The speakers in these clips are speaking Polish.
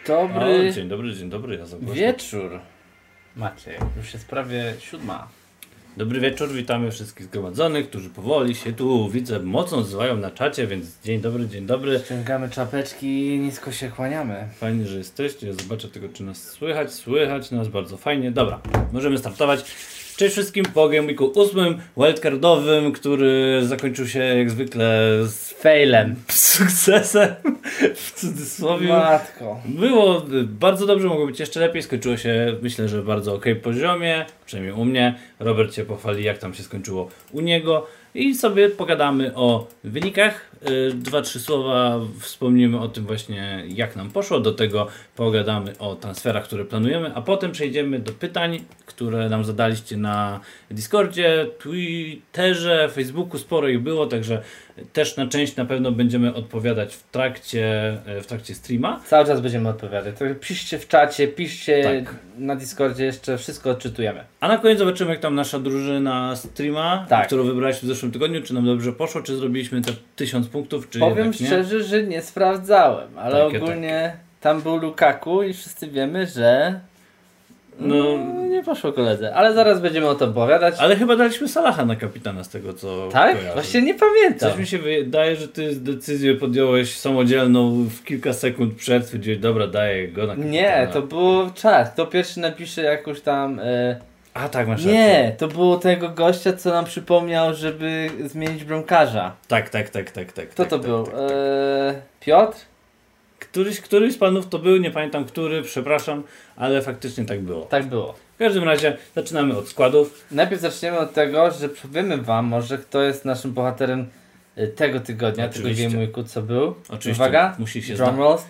Dobry. Dzień dobry, ja zapraszam. Wieczór. Maciej, już jest prawie 7. Dobry wieczór, witamy wszystkich zgromadzonych, którzy powoli się tu, widzę, mocno odzywają na czacie, więc dzień dobry. Ściągamy czapeczki i nisko się kłaniamy. Fajnie, że jesteście, ja zobaczę tylko, czy nas słychać nas bardzo fajnie. Dobra, możemy startować. Cześć wszystkim po Game Weeku 8 wildcardowym, który zakończył się jak zwykle z failem. Sukcesem, w cudzysłowie. Matko. Było bardzo dobrze, mogło być jeszcze lepiej, skończyło się myślę, że bardzo okej poziomie, przynajmniej u mnie. Robert cię pochwali, jak tam się skończyło u niego i sobie pogadamy o wynikach. 2-3 słowa wspomnimy o tym właśnie, jak nam poszło, do tego pogadamy o transferach, które planujemy, a potem przejdziemy do pytań, które nam zadaliście na Discordzie, Twitterze, Facebooku, sporo ich było, także też na część na pewno będziemy odpowiadać w trakcie streama. Cały czas będziemy odpowiadać. To piszcie w czacie, piszcie Tak. na Discordzie, jeszcze wszystko odczytujemy. A na koniec zobaczymy, jak tam nasza drużyna streama, którą wybraliśmy w zeszłym tygodniu, czy nam dobrze poszło, czy zrobiliśmy te 1000 punktów, czy powiem jednak nie. szczerze, że nie sprawdzałem, ale Takie. ogólnie tam był Lukaku i wszyscy wiemy, że nie poszło koledze, ale zaraz będziemy o tym opowiadać. Ale chyba daliśmy Salaha na kapitana z tego, co Tak? kojarzę. Właśnie nie pamiętam. Coś mi się wydaje, że ty decyzję podjąłeś samodzielną w kilka sekund przed, stwierdziłeś, dobra, daję go na kapitana. Nie, to było czas. To pierwszy napisze jakąś tam... A tak, masz rację. Nie, to było tego gościa, co nam przypomniał, żeby zmienić bramkarza. Tak. Kto to był? Piotr? Któryś z panów to był, nie pamiętam który, przepraszam, ale faktycznie tak było. Tak było. W każdym razie zaczynamy od składów. Najpierw zaczniemy od tego, że powiemy wam może, kto jest naszym bohaterem tego tygodnia, Oczywiście. tego Game Weeku, co był. Oczywiście. Uwaga, Musi się drum rolls.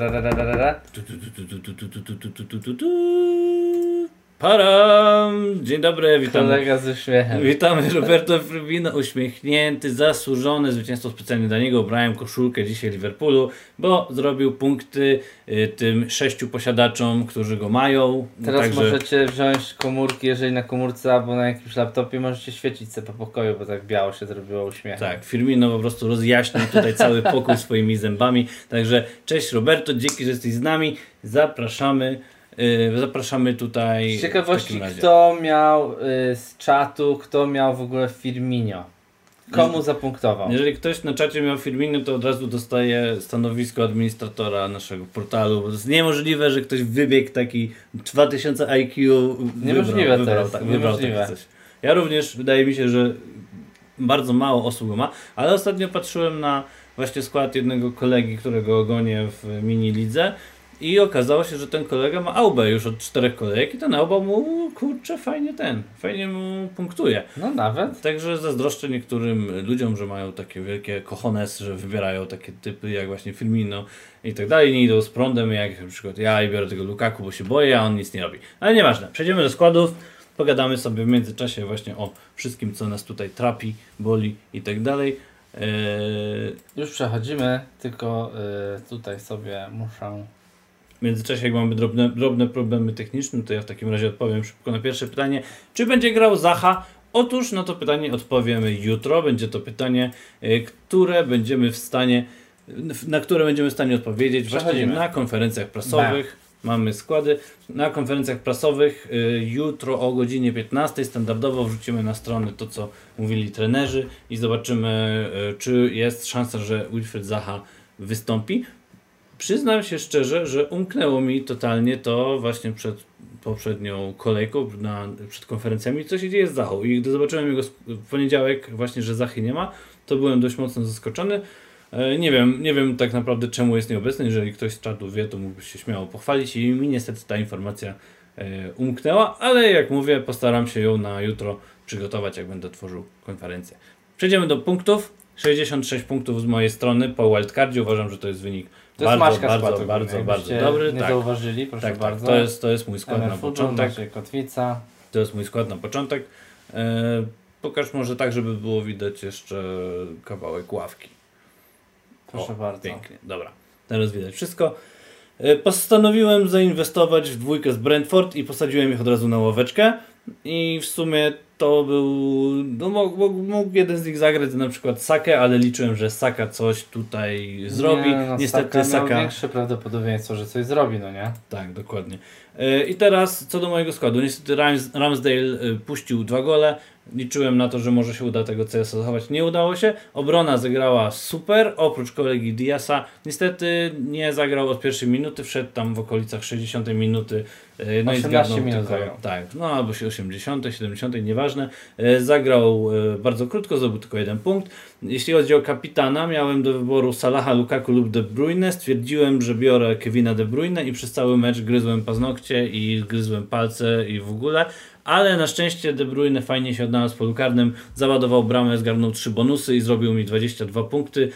Param! Dzień dobry, witamy. Kolega z uśmiechem. Witamy Roberto Firmino, uśmiechnięty, zasłużony, zwycięstwo specjalnie dla niego. Ubrałem koszulkę dzisiaj Liverpoolu, bo zrobił punkty tym 6 posiadaczom, którzy go mają. Teraz Także możecie wziąć komórki, jeżeli na komórce albo na jakimś laptopie możecie świecić sobie po pokoju, bo tak biało się zrobiło uśmiechem. tak, Firmino po prostu rozjaśnił tutaj cały pokój swoimi zębami. Także cześć Roberto, dzięki, że jesteś z nami. Zapraszamy tutaj. Z ciekawości, kto miał z czatu, kto miał w ogóle Firmino? Komu zapunktował? Jeżeli ktoś na czacie miał Firmino, to od razu dostaje stanowisko administratora naszego portalu. Bo to jest niemożliwe, że ktoś wybiegł taki 2000 IQ. Niemożliwe to jest. Wybrał takie coś. Ja również, wydaje mi się, że bardzo mało osób go ma, ale ostatnio patrzyłem na właśnie skład jednego kolegi, którego gonię w mini lidze. I okazało się, że ten kolega ma Aubę już od 4 kolejek i ten Auba mu, kurczę, fajnie mu punktuje. No nawet. Także zazdroszczę niektórym ludziom, że mają takie wielkie cojones, że wybierają takie typy jak właśnie Firmino i tak dalej, nie idą z prądem, jak na przykład ja i biorę tego Lukaku, bo się boję, a on nic nie robi. Ale nieważne, przejdziemy do składów, pogadamy sobie w międzyczasie właśnie o wszystkim, co nas tutaj trapi, boli i tak dalej. Już przechodzimy, tylko tutaj sobie muszę... W międzyczasie, jak mamy drobne problemy techniczne, to ja w takim razie odpowiem szybko na pierwsze pytanie. Czy będzie grał Zaha? Otóż na to pytanie odpowiemy jutro. Będzie to pytanie, na które będziemy w stanie odpowiedzieć właśnie na konferencjach prasowych. Mamy składy. Na konferencjach prasowych jutro o godzinie 15 standardowo wrzucimy na stronę to, co mówili trenerzy i zobaczymy, czy jest szansa, że Wilfried Zaha wystąpi. Przyznam się szczerze, że umknęło mi totalnie to właśnie przed poprzednią kolejką, przed konferencjami, co się dzieje z Zachą. I gdy zobaczyłem jego w poniedziałek właśnie, że Zachy nie ma, to byłem dość mocno zaskoczony. Nie wiem tak naprawdę, czemu jest nieobecny. Jeżeli ktoś z czatu wie, to mógłby się śmiało pochwalić i mi niestety ta informacja umknęła, ale jak mówię, postaram się ją na jutro przygotować, jak będę tworzył konferencję. Przejdziemy do punktów. 66 punktów z mojej strony po wildcardzie. Uważam, że to jest wynik bardzo dobry. Nie zauważyli, proszę bardzo. To jest mój skład na początek. Kotwica. To jest mój skład na początek. Pokaż może tak, żeby było widać jeszcze kawałek ławki. Proszę bardzo. Pięknie, dobra. Teraz widać wszystko. Postanowiłem zainwestować w dwójkę z Brentford i posadziłem ich od razu na ławeczkę. i w sumie to był, no mógł jeden z nich zagrać na przykład Sakę, ale liczyłem, że Saka coś tutaj zrobi. Nie, no, Niestety Saka miał większe prawdopodobieństwo, że coś zrobi, no nie? Tak, dokładnie. I teraz co do mojego składu. Niestety Ramsdale puścił 2 gole. Liczyłem na to, że może się uda tego CS zachować. Nie udało się. Obrona zagrała super, oprócz kolegi Diasa. Niestety nie zagrał od pierwszej minuty, wszedł tam w okolicach 60 minuty. No 18 i minut tylko, zagrał. tak, no albo się 80, 70, nieważne. Zagrał bardzo krótko, zdobył tylko 1 punkt. Jeśli chodzi o kapitana, miałem do wyboru Salaha, Lukaku lub De Bruyne. Stwierdziłem, że biorę Kevina De Bruyne i przez cały mecz gryzłem paznokcie i gryzłem palce i w ogóle. Ale na szczęście De Bruyne fajnie się odnalazł w polu karnym, załadował bramę, zgarnął 3 bonusy i zrobił mi 22 punkty.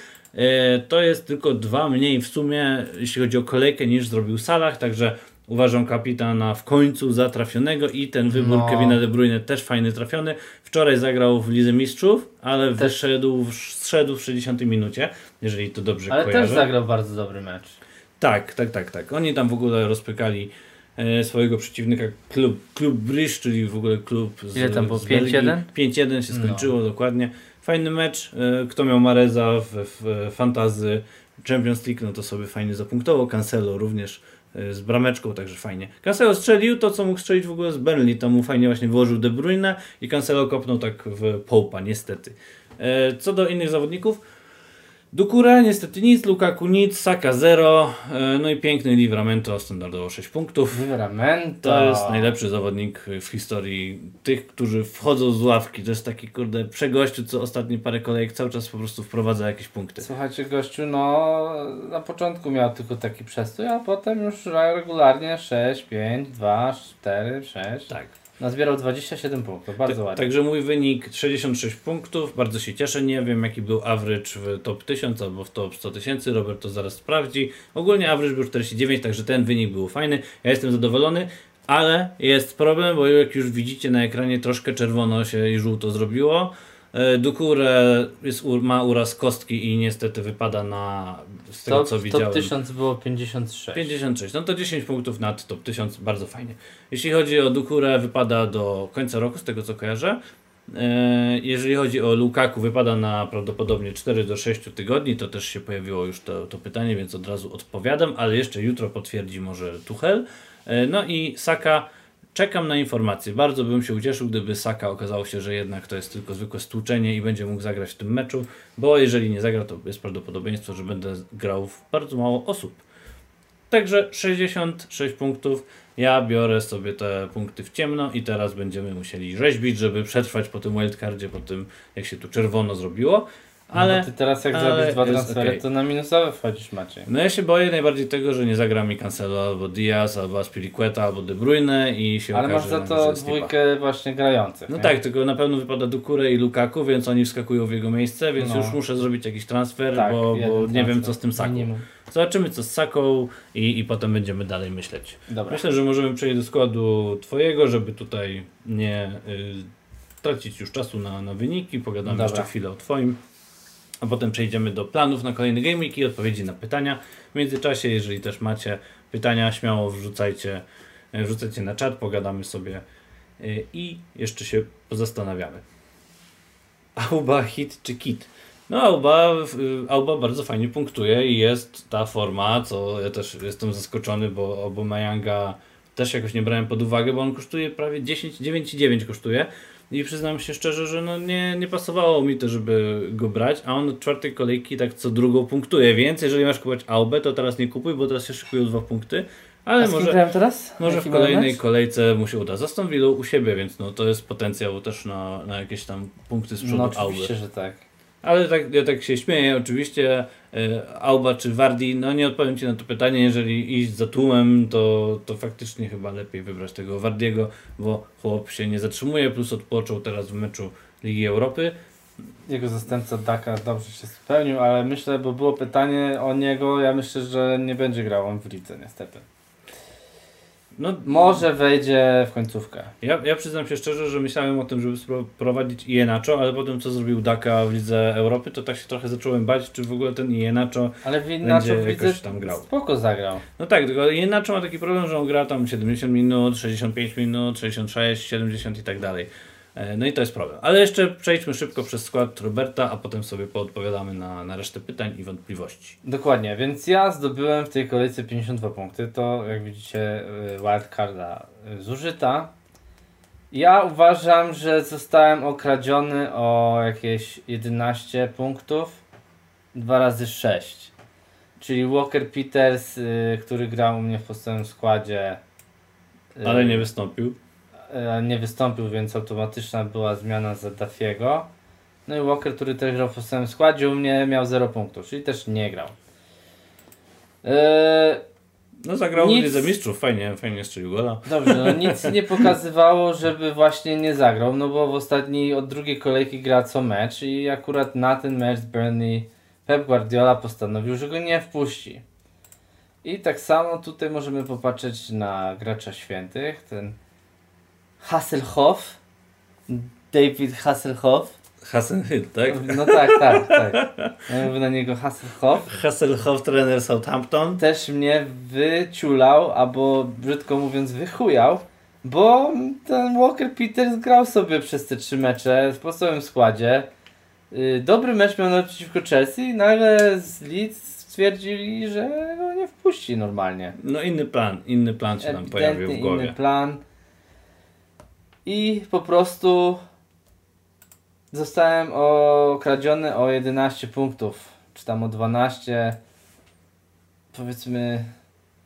To jest tylko 2 mniej w sumie, jeśli chodzi o kolejkę, niż zrobił Salah, także uważam kapitana w końcu za trafionego i ten wybór Kevina De Bruyne też fajny trafiony. Wczoraj zagrał w Lidze Mistrzów, ale zszedł w 60 minucie, jeżeli to dobrze kojarzę. Ale też zagrał bardzo dobry mecz. Tak. Oni tam w ogóle rozpykali swojego przeciwnika klub Bruges, czyli w ogóle klub z Ile tam było? 5-1? 5-1 się skończyło, dokładnie. Fajny mecz. Kto miał Mareza w fantasy Champions League, no to sobie fajnie zapunktował. Cancelo również z brameczką, także fajnie. Cancelo strzelił to, co mógł strzelić w ogóle z Burnley. Tam mu fajnie właśnie wyłożył De Bruyne i Cancelo kopnął tak w połpa, niestety. Co do innych zawodników, Doucouré niestety nic, Lukaku nic, Saka 0, no i piękny Livramento, standardowo 6 punktów. Livramento. To jest najlepszy zawodnik w historii tych, którzy wchodzą z ławki. To jest taki kurde przegościu, co ostatnie parę kolejek cały czas po prostu wprowadza jakieś punkty. Słuchajcie gościu, no na początku miał tylko taki przestój, a potem już regularnie 6, 5, 2, 4, 6. Tak. Nazbierał 27 punktów, bardzo ładnie. Także mój wynik 66 punktów, bardzo się cieszę, nie wiem jaki był average w top 1000 albo w top 100 tysięcy, Robert to zaraz sprawdzi. Ogólnie average był 49, także ten wynik był fajny, ja jestem zadowolony, ale jest problem, bo jak już widzicie na ekranie troszkę czerwono się i żółto zrobiło. Doucouré ma uraz kostki i niestety wypada z tego co widziałem. Top 1000 było 56. 56, no to 10 punktów nad top 1000, bardzo fajnie. Jeśli chodzi o Doucouré, wypada do końca roku, z tego co kojarzę. Jeżeli chodzi o Lukaku, wypada na prawdopodobnie 4 do 6 tygodni, to też się pojawiło już to pytanie, więc od razu odpowiadam, ale jeszcze jutro potwierdzi może Tuchel. No i Saka, czekam na informacje. Bardzo bym się ucieszył, gdyby Saka okazało się, że jednak to jest tylko zwykłe stłuczenie i będzie mógł zagrać w tym meczu, bo jeżeli nie zagra, to jest prawdopodobieństwo, że będę grał w bardzo mało osób. Także 66 punktów. Ja biorę sobie te punkty w ciemno i teraz będziemy musieli rzeźbić, żeby przetrwać po tym wildcardzie, po tym jak się tu czerwono zrobiło. Ale no ty teraz jak zrobisz 2 transfery, okay, to na minusowe wchodzisz, Maciej. No ja się boję najbardziej tego, że nie zagra mi Cancelo albo Diaz, albo Aspilicueta, albo De Bruyne i się ale okaże... Ale masz za to dwójkę właśnie grających. No nie? tak, tylko na pewno wypada Doucouré i Lukaku, więc oni wskakują w jego miejsce, więc już muszę zrobić jakiś transfer, tak, bo nie wiem co z tym Saką. Zobaczymy co z Saką i potem będziemy dalej myśleć. Dobra. Myślę, że możemy przejść do składu twojego, żeby tutaj nie tracić już czasu na wyniki, pogadamy jeszcze chwilę o twoim. A potem przejdziemy do planów na kolejny Game Week i odpowiedzi na pytania. W międzyczasie, jeżeli też macie pytania, śmiało wrzucajcie na czat, pogadamy sobie i jeszcze się pozastanawiamy. Auba, hit czy kit? No Auba bardzo fajnie punktuje i jest ta forma, co ja też jestem zaskoczony, bo Aubameyanga też jakoś nie brałem pod uwagę, bo on kosztuje prawie 9,9 kosztuje. I przyznam się szczerze, że no nie pasowało mi to, żeby go brać, a on od 4. kolejki tak co drugą punktuje, więc jeżeli masz kupować Aubę, to teraz nie kupuj, bo teraz się szykują 2 punkty. Ale może w kolejnej kolejce mu się uda. Z Aston Villą u siebie, więc no to jest potencjał też na jakieś tam punkty z przodu Auby. No oczywiście, że tak. Ale ja tak się śmieję, oczywiście Auba czy Vardy, no nie odpowiem Ci na to pytanie, jeżeli iść za tłumem, to faktycznie chyba lepiej wybrać tego Vardiego, bo chłop się nie zatrzymuje, plus odpoczął teraz w meczu Ligi Europy. Jego zastępca Daka dobrze się spełnił, ale myślę, bo było pytanie o niego, ja myślę, że nie będzie grał on w lidze niestety. No, Może wejdzie w końcówkę. ja przyznam się szczerze, że myślałem o tym, żeby sprowadzić Iheanacho, ale po tym co zrobił Daka w Lidze Europy, to tak się trochę zacząłem bać, czy w ogóle ten Iheanacho Ale w Iheanacho będzie jakoś tam grał. spoko zagrał. No tak, tylko Iheanacho ma taki problem, że on gra tam 70 minut, 65 minut, 66, 70 i tak dalej. No i to jest problem. Ale jeszcze przejdźmy szybko przez skład Roberta, a potem sobie poodpowiadamy na resztę pytań i wątpliwości. Dokładnie, więc ja zdobyłem w tej kolejce 52 punkty. To jak widzicie wildcarda zużyta. Ja uważam, że zostałem okradziony o jakieś 11 punktów. 2 razy 6. Czyli Walker Peters, który grał u mnie w podstawowym składzie. Ale nie wystąpił. Nie wystąpił, więc automatyczna była zmiana za Duffiego. No i Walker, który też grał w podstawowym składzie, u mnie miał 0 punktów, czyli też nie grał. No zagrał Nic- w Lidze Mistrzów, fajnie strzelił gola. Dobrze, no nic nie pokazywało, żeby właśnie nie zagrał, no bo w ostatniej, od drugiej kolejki gra co mecz i akurat na ten mecz z Burnley Pep Guardiola postanowił, że go nie wpuści. I tak samo tutaj możemy popatrzeć na gracza świętych, ten Hasselhoff, David Hasselhoff. Hasenhüttl, tak? No tak. Ja mówię na niego Hasselhoff. Hasselhoff, trener Southampton. Też mnie wyciulał, albo brzydko mówiąc wychujał, bo ten Walker Peters grał sobie przez te 3 mecze w podstawowym składzie. Dobry mecz miał naprzeciwko Chelsea i nagle z Leeds stwierdzili, że go nie wpuści normalnie. No inny plan się nam pojawił w głowie. Inny plan. I po prostu zostałem okradziony o 11 punktów, czy tam o 12, powiedzmy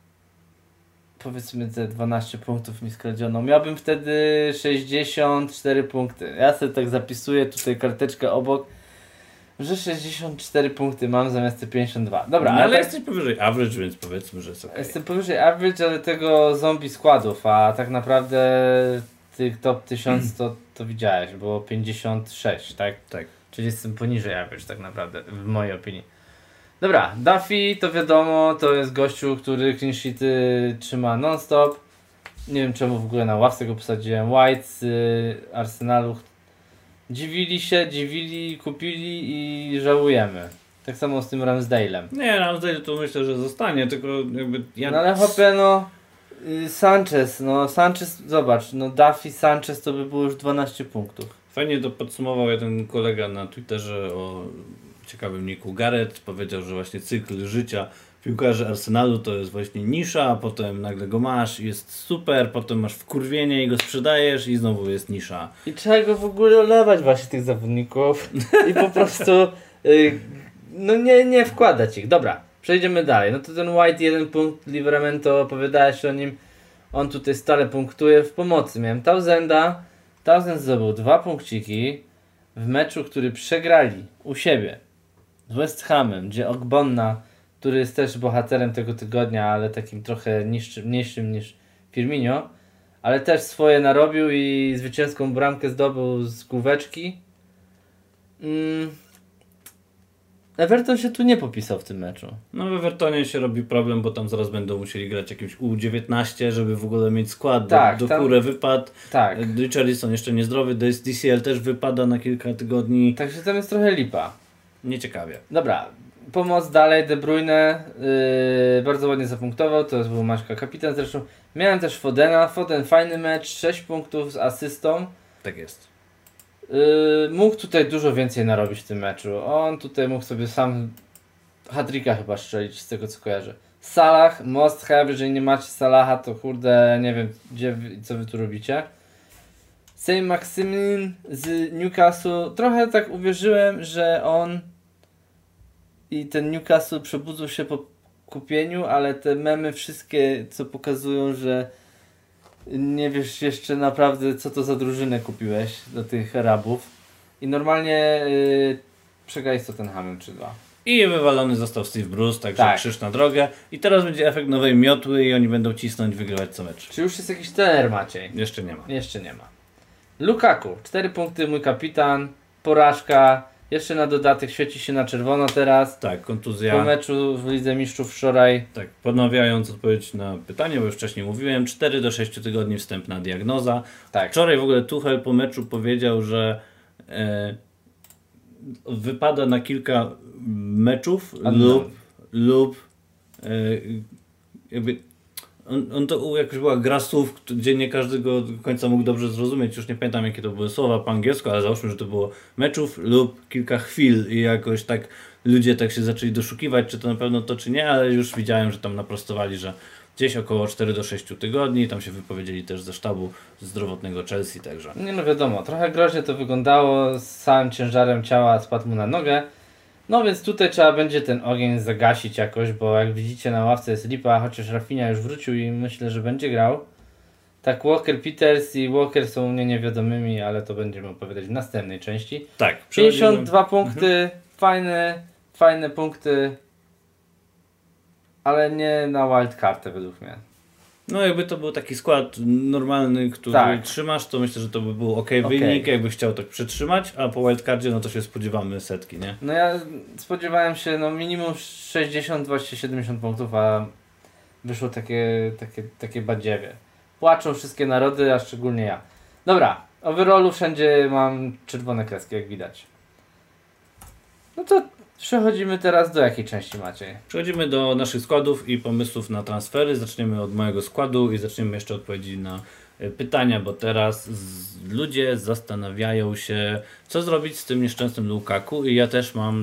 te 12 punktów mi skradziono. Miałbym wtedy 64 punkty. Ja sobie tak zapisuję tutaj karteczkę obok, że 64 punkty mam zamiast te 52. Dobra, No, ale tak, jesteś powyżej average, więc powiedzmy, że jest okej. jestem powyżej average, ale tego zombie składów, a tak naprawdę tych top 1000 to widziałeś, było 56, tak? Tak. Czyli jestem poniżej average tak naprawdę, w mojej opinii. Dobra, Duffy to wiadomo, to jest gościu, który clean sheety trzyma non-stop. Nie wiem czemu w ogóle na ławce go posadziłem. White z Arsenalu. Dziwili, kupili i żałujemy. Tak samo z tym Ramsdale'em. Nie, Ramsdale to myślę, że zostanie, tylko jakby ja... No ale hopie, Sanchez, zobacz, Duffy, Sanchez to by było już 12 punktów. Fajnie to podsumował jeden kolega na Twitterze o ciekawym niku Gareth. Powiedział, że właśnie cykl życia piłkarzy Arsenalu to jest właśnie nisza, a potem nagle go masz i jest super, potem masz wkurwienie i go sprzedajesz i znowu jest nisza. I trzeba go w ogóle olewać właśnie tych zawodników i po prostu nie wkładać ich. Dobra, przejdziemy dalej. No to ten White 1 punkt, Livramento, opowiadałeś o nim. On tutaj stale punktuje w pomocy. Miałem Townsenda. Townsend zdobył 2 punkciki w meczu, który przegrali u siebie z West Hamem, gdzie Ogbonna, który jest też bohaterem tego tygodnia, ale takim trochę mniejszym niż Firmino, ale też swoje narobił i zwycięską bramkę zdobył z główeczki. Everton się tu nie popisał w tym meczu. No w Evertonie się robi problem, bo tam zaraz będą musieli grać jakimś U19, żeby w ogóle mieć skład. Tak, do tam... Kure wypadł. Tak. Richarlison jeszcze niezdrowy, DCL też wypada na kilka tygodni. Także tam jest trochę lipa. Nieciekawie. Dobra, pomoc dalej, De Bruyne bardzo ładnie zapunktował, to był Maćka kapitan zresztą. Miałem też Fodena, Foden fajny mecz, 6 punktów z asystą. Tak jest. Mógł tutaj dużo więcej narobić w tym meczu. On tutaj mógł sobie sam hat-tricka chyba strzelić z tego co kojarzę. Salah, must have, jeżeli nie macie Salaha to kurde nie wiem co wy tu robicie. Saint-Maximin z Newcastle, trochę tak uwierzyłem, że on i ten Newcastle przebudzą się po kupieniu, ale te memy wszystkie co pokazują, że nie wiesz jeszcze naprawdę co to za drużynę kupiłeś do tych Arabów i normalnie przegrałeś z Tottenhamem 3-2. I wywalony został Steve Bruce, także Tak. krzyż na drogę. I teraz będzie efekt nowej miotły i oni będą cisnąć, wygrywać co mecz. Czy już jest jakiś trener Maciej? Jeszcze nie ma. Jeszcze nie ma. Lukaku, 4 punkty, mój kapitan, porażka, Jeszcze na dodatek świeci się na czerwono teraz. Tak, Po kontuzja. meczu w Lidze Mistrzów wczoraj. Tak, ponawiając odpowiedź na pytanie, bo już wcześniej mówiłem, 4 do 6 tygodni wstępna diagnoza. Tak. Wczoraj w ogóle Tuchel po meczu powiedział, że wypada na kilka meczów lub jakby on to jakoś była gra słów, gdzie nie każdego do końca mógł dobrze zrozumieć. Już nie pamiętam jakie to były słowa po angielsku, ale załóżmy, że to było meczów lub kilka chwil i jakoś tak ludzie tak się zaczęli doszukiwać, czy to na pewno to, czy nie, ale już widziałem, że tam naprostowali, że gdzieś około 4 do 6 tygodni, tam się wypowiedzieli też ze sztabu zdrowotnego Chelsea, także. Nie no wiadomo, trochę groźnie to wyglądało, z całym ciężarem ciała spadł mu na nogę. No więc tutaj trzeba będzie ten ogień zagasić jakoś, bo jak widzicie na ławce jest lipa, chociaż Rafinha już wrócił i myślę, że będzie grał. Tak, Walker Peters i Walker są u mnie niewiadomymi, ale to będziemy opowiadać w następnej części. Tak, 52 punkty, fajne punkty, ale nie na wildcartę według mnie. No jakby to był taki skład normalny, który Tak. trzymasz, to myślę, że to by był ok wynik, jakbyś chciał tak przetrzymać, a po wildcardzie no to się spodziewamy setki, nie? No ja spodziewałem się no minimum 60, właśnie 70 punktów, a wyszło takie badziewie. Płaczą wszystkie narody, a szczególnie ja. Dobra, overallu wszędzie mam czerwone kreski, jak widać. No to przechodzimy teraz do jakiej części, Maciej? Przechodzimy do naszych składów i pomysłów na transfery. Zaczniemy od mojego składu i zaczniemy jeszcze odpowiedzi na pytania, bo teraz ludzie zastanawiają się, co zrobić z tym nieszczęsnym Lukaku i ja też mam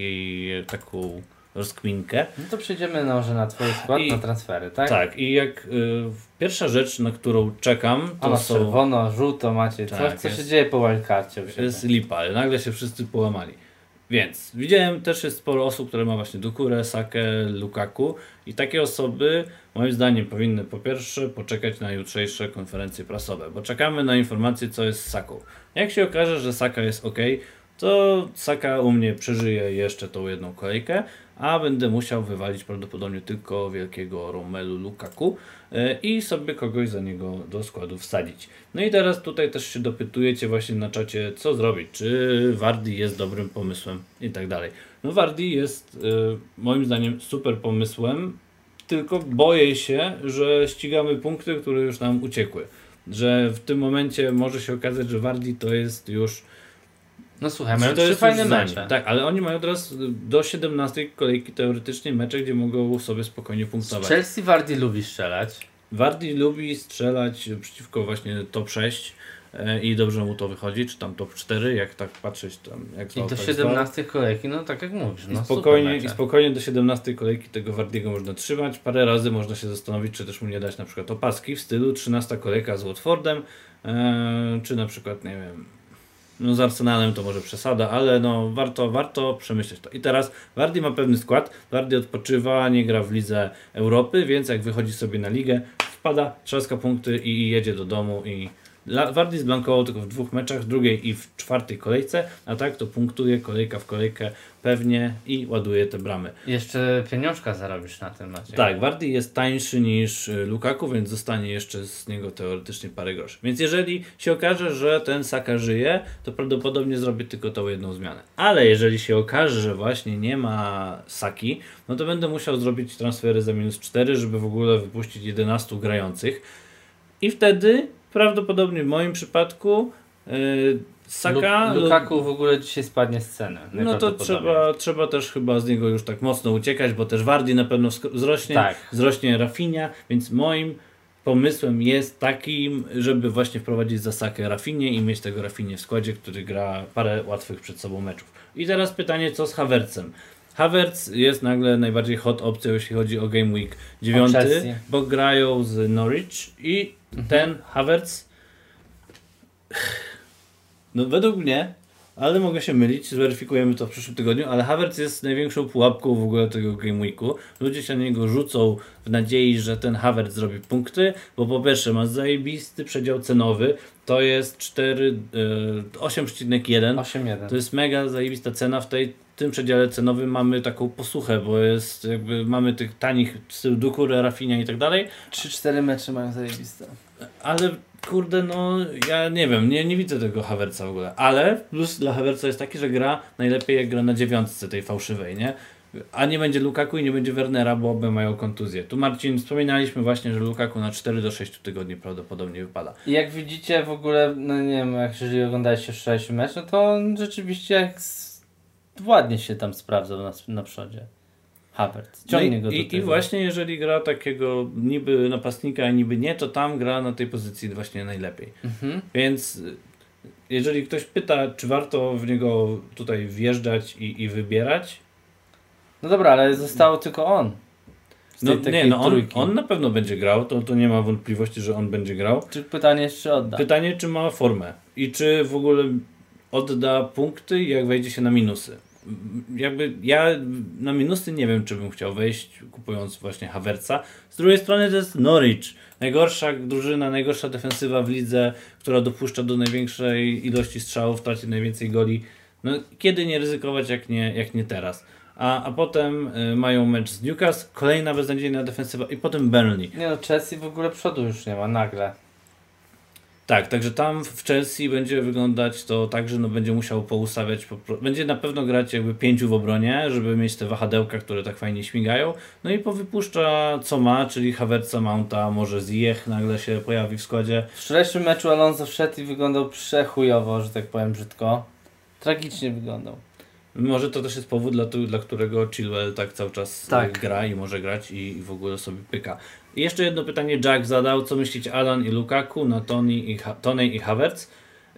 taką rozkminkę. No to przejdziemy może na twój skład, na transfery, tak? Tak, i jak pierwsza rzecz, na którą czekam, A to masz są... czerwono, żółto, Maciej. Tak, co się jest- dzieje po wildcardzie? u siebie? Jest lipa, ale nagle się wszyscy połamali. Więc widziałem też jest sporo osób, które ma właśnie Doucouré, Sakę, Lukaku i takie osoby moim zdaniem powinny po pierwsze poczekać na jutrzejsze konferencje prasowe, bo czekamy na informację co jest z Saką. Jak się okaże, że Saka jest ok, to Saka u mnie przeżyje jeszcze tą jedną kolejkę, a będę musiał wywalić prawdopodobnie tylko wielkiego Romelu Lukaku i sobie kogoś za niego do składu wsadzić. No i teraz tutaj też się dopytujecie właśnie na czacie, co zrobić, czy Vardy jest dobrym pomysłem i tak dalej. No Vardy jest moim zdaniem super pomysłem, tylko boję się, że ścigamy punkty, które już nam uciekły. Że w tym momencie może się okazać, że Vardy to jest już... No słuchaj, że mają to 3 jest fajne już za nim. mecze. Tak, ale oni mają teraz do 17 kolejki teoretycznie mecze, gdzie mogą sobie spokojnie punktować. Chelsea Vardy lubi strzelać. Vardy lubi strzelać przeciwko właśnie top 6 i dobrze mu to wychodzi, czy tam top 4, jak tak patrzeć tam jak I zwał, do tak 17 kolejki, no tak jak mówisz. No, I spokojnie do 17 kolejki tego Vardiego można trzymać. Parę razy można się zastanowić, czy też mu nie dać na przykład opaski w stylu 13 kolejka z Watfordem, czy na przykład, nie wiem, no z Arsenalem to może przesada, ale no warto przemyśleć to. I teraz Vardy ma pewny skład, Vardy odpoczywa, nie gra w Lidze Europy, więc jak wychodzi sobie na ligę, wpada, trzaska punkty i jedzie do domu i Vardy zblankował tylko w 2 meczach, w drugiej i w 4 kolejce, a tak to punktuje kolejka w kolejkę pewnie i ładuje te bramy. Jeszcze pieniążka zarobisz na tym, Maciej. Tak, Vardy jest tańszy niż Lukaku, więc zostanie jeszcze z niego teoretycznie parę groszy. Więc jeżeli się okaże, że ten Saka żyje, to prawdopodobnie zrobię tylko tą jedną zmianę. Ale jeżeli się okaże, że właśnie nie ma Saki, no to będę musiał zrobić transfery za -4, żeby w ogóle wypuścić 11 grających. I wtedy prawdopodobnie w moim przypadku Saka... Lukaku w ogóle dzisiaj spadnie z ceny. No to trzeba też chyba z niego już tak mocno uciekać, bo też Vardy na pewno wzrośnie, Tak. wzrośnie Rafinha, więc moim pomysłem jest takim, żeby właśnie wprowadzić za Sakę Rafinhię i mieć tego Rafinhię w składzie, który gra parę łatwych przed sobą meczów. I teraz pytanie, co z Havertzem? Havertz jest nagle najbardziej hot opcją, jeśli chodzi o Game Week 9, bo grają z Norwich i ten Havertz, no według mnie, ale mogę się mylić, zweryfikujemy to w przyszłym tygodniu, ale Havertz jest największą pułapką w ogóle tego Game Weeku. Ludzie się na niego rzucą w nadziei, że ten Havertz zrobi punkty, bo po pierwsze ma zajebisty przedział cenowy, to jest 8,1. To jest mega zajebista cena w tej tym przedziale cenowym mamy taką posłuchę, bo jest jakby mamy tych tanich styl Doucouré, Rafinha i tak dalej. 3-4 mecze mają zajebiste. Ale kurde, no ja nie wiem, nie widzę tego Havertza w ogóle. Ale plus dla Havertza jest taki, że gra najlepiej jak gra na 9 tej fałszywej, nie? A nie będzie Lukaku i nie będzie Wernera, bo obie mają kontuzję. Tu Marcin, wspominaliśmy właśnie, że Lukaku na 4 do 6 tygodni prawdopodobnie wypada. I jak widzicie w ogóle, no nie wiem, jak jeżeli oglądaliście wczorajszy mecz, no to on rzeczywiście ładnie się tam sprawdzał na przodzie. Havertz. Ciągnie go do tego. I właśnie jeżeli gra takiego niby napastnika, a niby nie, to tam gra na tej pozycji właśnie najlepiej. Więc jeżeli ktoś pyta, czy warto w niego tutaj wjeżdżać i wybierać, no dobra, ale zostało tylko on. On na pewno będzie grał, to nie ma wątpliwości, że on będzie grał. Czy pytanie jest, czy odda? Pytanie, czy ma formę i czy w ogóle odda punkty, jak wejdzie się na minusy. Jakby ja na minusy nie wiem, czy bym chciał wejść, kupując właśnie Havertza. Z drugiej strony to jest Norwich. Najgorsza drużyna, najgorsza defensywa w lidze, która dopuszcza do największej ilości strzałów, traci najwięcej goli. No kiedy nie ryzykować, jak nie teraz. A potem mają mecz z Newcastle, kolejna beznadziejna defensywa i potem Burnley. Nie no, Chelsea w ogóle przodu już nie ma, nagle. Tak, także tam w Chelsea będzie wyglądać to tak, że no będzie musiał poustawiać, będzie na pewno grać jakby 5 w obronie, żeby mieć te wahadełka, które tak fajnie śmigają. No i powypuszcza co ma, czyli Havertza, Mounta, może Ziyech nagle się pojawi w składzie. W wczorajszym meczu Alonso wszedł i wyglądał przechujowo, że tak powiem brzydko. Tragicznie wyglądał. Może to też jest powód, dla którego Chilwell tak cały czas gra i może grać i w ogóle sobie pyka. I jeszcze jedno pytanie Jack zadał, co myślicie Alan i Lukaku na Tony i Havertz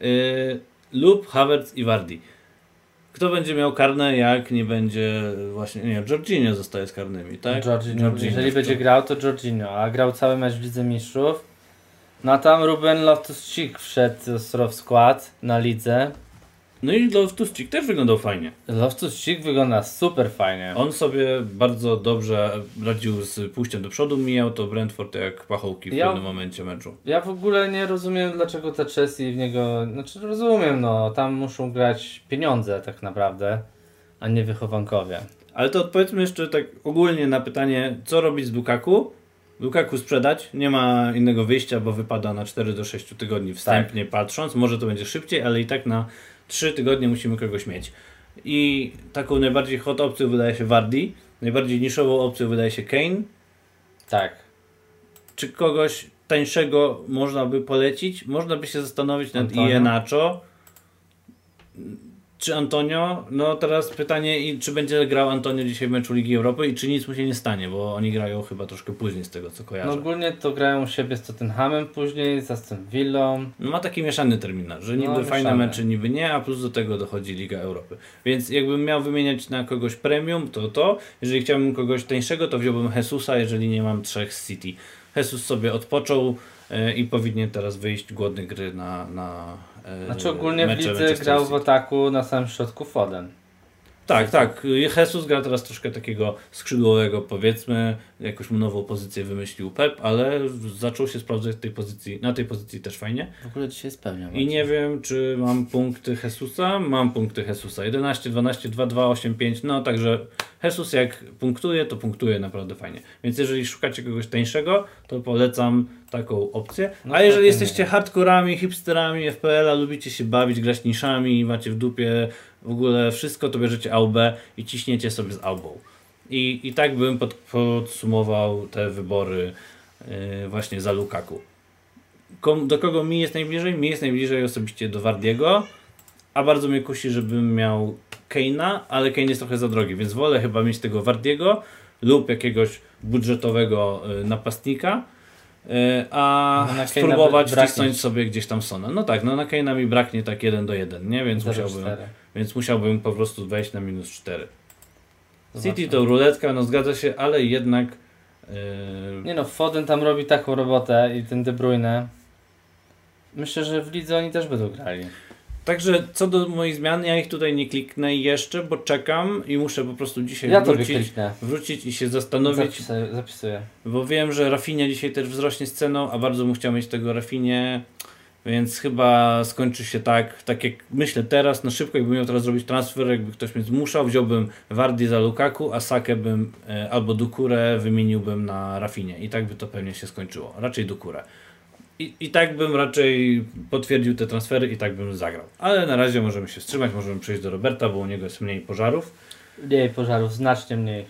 lub Havertz i Vardy. Kto będzie miał karne, jak nie będzie właśnie, nie, Jorginho zostaje z karnymi, tak? Jorginho. Jeżeli będzie grał, to Jorginho, a grał cały mecz w Lidze Mistrzów. No tam Ruben Loftus-Cheek wszedł ostro w skład na lidze. No i Loftus-Cheek też wyglądał fajnie. Loftus-Cheek wygląda super fajnie. On sobie bardzo dobrze radził z pójściem do przodu, mijał to Brentford jak pachołki w pewnym momencie meczu. Ja w ogóle nie rozumiem, dlaczego te Chelsea w niego... Znaczy rozumiem, no tam muszą grać pieniądze tak naprawdę, a nie wychowankowie. Ale to odpowiedzmy jeszcze tak ogólnie na pytanie, co robić z Lukaku? Lukaku sprzedać, nie ma innego wyjścia, bo wypada na 4 do 6 tygodni wstępnie patrząc. Może to będzie szybciej, ale i tak na 3 tygodnie musimy kogoś mieć. I taką najbardziej hot opcją wydaje się Vardy, najbardziej niszową opcją wydaje się Kane. Tak. Czy kogoś tańszego można by polecić? Można by się zastanowić nad Iheanacho. Czy Antonio? No teraz pytanie, czy będzie grał Antonio dzisiaj w meczu Ligi Europy i czy nic mu się nie stanie, bo oni grają chyba troszkę później z tego, co kojarzę. No ogólnie to grają u siebie z Tottenhamem później, z Aston Villą. No ma taki mieszany terminarz, że niby fajne mecze, niby nie, a plus do tego dochodzi Liga Europy. Więc jakbym miał wymieniać na kogoś premium, to jeżeli chciałbym kogoś tańszego, to wziąłbym Jesusa, jeżeli nie mam 3 z City. Jesus sobie odpoczął i powinien teraz wyjść głodny gry na znaczy ogólnie w lidze grał w ataku na samym środku Foden. Tak. Jesus gra teraz troszkę takiego skrzydłowego, powiedzmy, jakąś mu nową pozycję wymyślił Pep, ale zaczął się sprawdzać na tej pozycji też fajnie. W ogóle dzisiaj spełniam. I nie wiem, czy mam punkty Jesusa. Mam punkty Jesusa. 11, 12, 2, 2, 8, 5. No także Jesus jak punktuje, to punktuje naprawdę fajnie. Więc jeżeli szukacie kogoś tańszego, to polecam taką opcję. No a jeżeli jesteście hardkorami, hipsterami FPL-a, lubicie się bawić, grać niszami, macie w dupie w ogóle wszystko, to bierzecie AUB i ciśniecie sobie z AUBą. I tak bym podsumował te wybory właśnie za Lukaku. Do kogo mi jest najbliżej? Mi jest najbliżej osobiście do Vardiego, a bardzo mnie kusi, żebym miał Kane'a, ale Kane jest trochę za drogi, więc wolę chyba mieć tego Vardiego lub jakiegoś budżetowego napastnika, a spróbować wcisnąć sobie gdzieś tam Sona. No tak, no na Kane'a mi braknie tak 1 do 1, nie? Więc musiałbym po prostu wejść na -4. City to ruletka, no zgadza się, ale jednak... Nie no, Foden tam robi taką robotę i ten De Bruyne. Myślę, że w lidze oni też będą grali. Także co do moich zmian, ja ich tutaj nie kliknę jeszcze, bo czekam i muszę po prostu dzisiaj wrócić i się zastanowić. Zapisuję. Bo wiem, że Rafinha dzisiaj też wzrośnie z ceną, a bardzo bym chciał mieć tego Rafinha. Więc chyba skończy się tak jak myślę teraz, na szybko, jakbym miał teraz zrobić transfer, jakby ktoś mnie zmuszał, wziąłbym Vardy za Lukaku, a Sakę bym albo Doucouré wymieniłbym na Rafinie i tak by to pewnie się skończyło. Raczej Doucouré. I tak bym raczej potwierdził te transfery i tak bym zagrał. Ale na razie możemy się wstrzymać, możemy przejść do Roberta, bo u niego jest mniej pożarów. Mniej pożarów, znacznie mniej.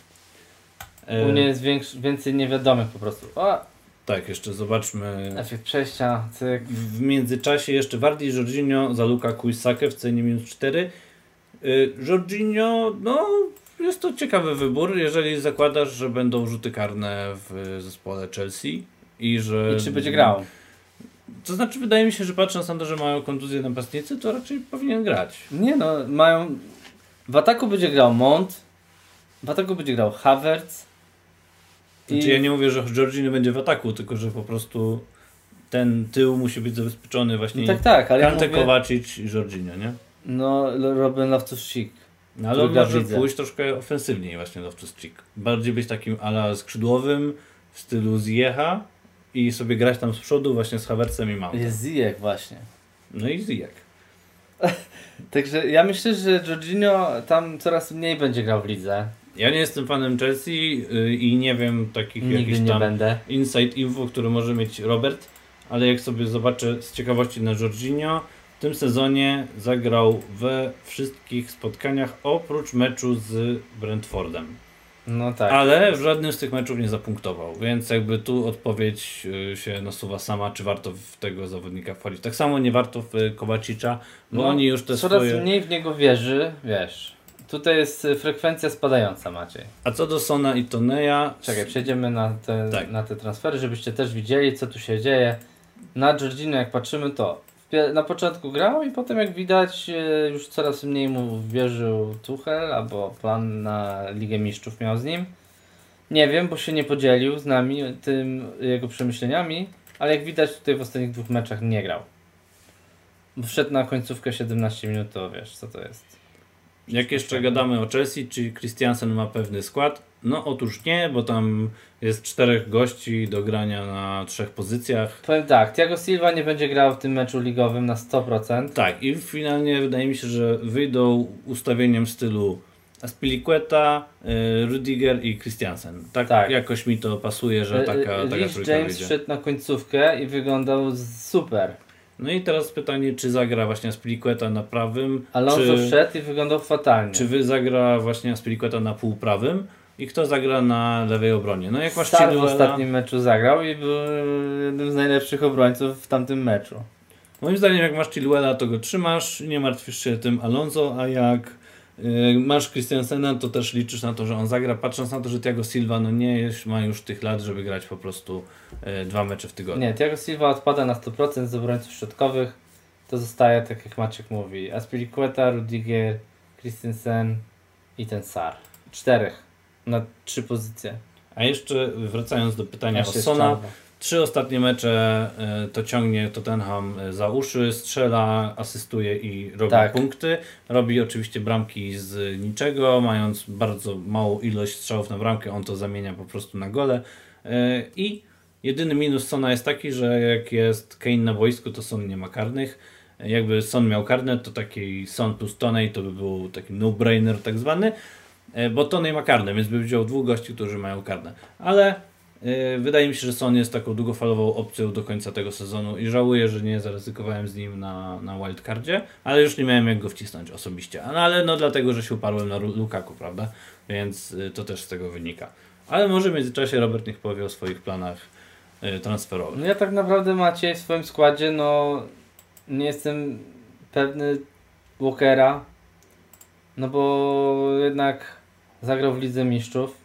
U mnie jest więcej niewiadomych po prostu. O! Tak, jeszcze zobaczmy. Efekt przejścia, cyk. W międzyczasie jeszcze Vardy i Jorginho za Lukaku i Sakę w cenie -4. Jorginho, no jest to ciekawy wybór, jeżeli zakładasz, że będą rzuty karne w zespole Chelsea i że... I czy będzie grał? To znaczy, wydaje mi się, że patrząc na to, że mają kontuzję napastnicy, to raczej powinien grać. Nie no, mają... W ataku będzie grał Mount, w ataku będzie grał Havertz. Znaczy, ja nie mówię, że Jorginho będzie w ataku, tylko że po prostu ten tył musi być zabezpieczony właśnie. No tak, ale Kante, ja mówię... Kovacic i Jorginho, nie? No, Robin Loftus-Cheek. No, ale on może pójść troszkę ofensywniej właśnie Loftus-Cheek. Bardziej być takim ala skrzydłowym w stylu Ziyech i sobie grać tam z przodu właśnie z Havertzem i Mountem. Jest Ziyech właśnie. No i Ziyech. Także ja myślę, że Jorginho tam coraz mniej będzie grał w lidze. Ja nie jestem fanem Chelsea i nie wiem takich Nigdy jakichś nie tam będę. inside info, które może mieć Robert, ale jak sobie zobaczę z ciekawości na Jorginho, w tym sezonie zagrał we wszystkich spotkaniach oprócz meczu z Brentfordem. No tak. Ale w żadnym z tych meczów nie zapunktował, więc jakby tu odpowiedź się nasuwa sama, czy warto w tego zawodnika wchodzić. Tak samo nie warto w Kovacicza, bo no, oni już te coraz swoje... mniej w niego wierzy, wiesz. Tutaj jest frekwencja spadająca, Maciej. A co do Sona i Toneja... Czekaj, przejdziemy Tak. na te transfery, żebyście też widzieli, co tu się dzieje. Na Jorginho jak patrzymy, to na początku grał i potem jak widać już coraz mniej mu wierzył Tuchel, albo plan na Ligę Mistrzów miał z nim. Nie wiem, bo się nie podzielił z nami tym jego przemyśleniami, ale jak widać tutaj w ostatnich 2 meczach nie grał. Bo wszedł na końcówkę 17 minut, to wiesz co to jest. Jak jeszcze gadamy o Chelsea, czy Christiansen ma pewny skład? No otóż nie, bo tam jest 4 gości do grania na 3 pozycjach. Powiem tak, Thiago Silva nie będzie grał w tym meczu ligowym na 100%. Tak, i finalnie wydaje mi się, że wyjdą ustawieniem w stylu Azpilicueta, Rudiger i Christiansen. Tak, jakoś mi to pasuje, że taka trójka James wyjdzie. wszedł na końcówkę i wyglądał super. No i teraz pytanie, czy zagra właśnie Azpilicueta na prawym, Alonso wszedł i wyglądał fatalnie. czy zagra właśnie Azpilicueta na półprawym i kto zagra na lewej obronie. No jak masz Star w Chilwella... ostatnim meczu zagrał i był jednym z najlepszych obrońców w tamtym meczu. Moim zdaniem jak masz Chilwella, to go trzymasz, nie martwisz się tym Alonso, a jak masz Christiansena, to też liczysz na to, że on zagra, patrząc na to, że Thiago Silva no nie jest, ma już tych lat, żeby grać po prostu 2 mecze w tygodniu. Nie, Thiago Silva odpada na 100% z obrońców środkowych. To zostaje, tak jak Maciek mówi, Azpilicueta, Rudiger, Christensen i ten Sar. 4 na 3 pozycje. A jeszcze wracając do pytania o Sona, 3 ostatnie mecze to ciągnie Tottenham za uszy, strzela, asystuje i robi punkty. Robi oczywiście bramki z niczego, mając bardzo małą ilość strzałów na bramkę, on to zamienia po prostu na gole. I jedyny minus Sona jest taki, że jak jest Kane na boisku, to Son nie ma karnych. Jakby Son miał karnet, to taki Son plus Toney to by był taki no-brainer tak zwany, bo Toney ma karne, więc by wziął 2 gości, którzy mają karne. Ale wydaje mi się, że Son jest taką długofalową opcją do końca tego sezonu i żałuję, że nie zaryzykowałem z nim na wildcardzie, ale już nie miałem jak go wcisnąć osobiście. No, ale no dlatego, że się uparłem na Lukaku, prawda? Więc to też z tego wynika. Ale może w międzyczasie Robert niech powie o swoich planach transferowych. No ja tak naprawdę Maciej w swoim składzie, no nie jestem pewny Walkera, no bo jednak zagrał w Lidze Mistrzów.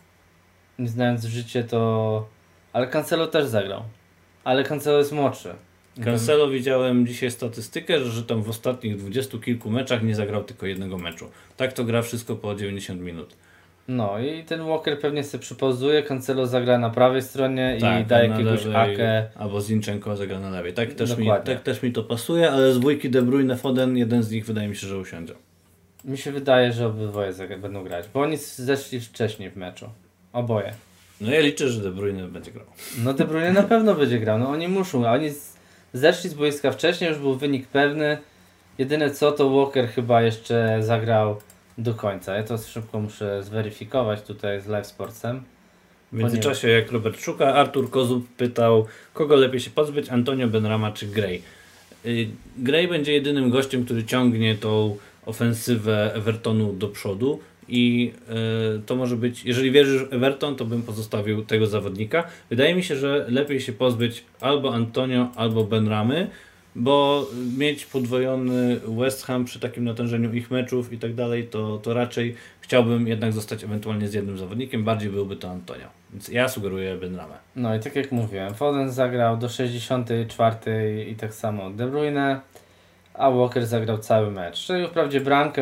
Nie znając życie to... Ale Cancelo też zagrał. Ale Cancelo jest młodszy. Cancelo widziałem dzisiaj statystykę, że tam w ostatnich 20 kilku meczach nie zagrał tylko 1 meczu. Tak to gra wszystko po 90 minut. No i ten Walker pewnie sobie przypozuje, Cancelo zagra na prawej stronie tak, i da jakiegoś Akę. Albo Zinchenko zagra na lewej. Tak też mi to pasuje, ale z dwójki De Bruyne, Foden, jeden z nich wydaje mi się, że usiądzie. Mi się wydaje, że obydwoje będą grać, bo oni zeszli wcześniej w meczu. Oboje. No ja liczę, że De Bruyne będzie grał. No De Bruyne na pewno będzie grał, no oni muszą, oni zeszli z boiska wcześniej, już był wynik pewny. Jedyne co, to Walker chyba jeszcze zagrał do końca. Ja to szybko muszę zweryfikować tutaj z Live Sportsem. W międzyczasie, jak Robert szuka, Artur Kozub pytał, kogo lepiej się pozbyć, Antonio Benrahma czy Gray. Gray będzie jedynym gościem, który ciągnie tą ofensywę Evertonu do przodu i to może być, jeżeli wierzysz w Everton, to bym pozostawił tego zawodnika. Wydaje mi się, że lepiej się pozbyć albo Antonio, albo Benrahmy, bo mieć podwojony West Ham przy takim natężeniu ich meczów i tak dalej, to raczej chciałbym jednak zostać ewentualnie z jednym zawodnikiem, bardziej byłby to Antonio. Więc ja sugeruję Benrahmę. No i tak jak mówiłem, Foden zagrał do 64 i tak samo De Bruyne, a Walker zagrał cały mecz. Strzelił wprawdzie bramkę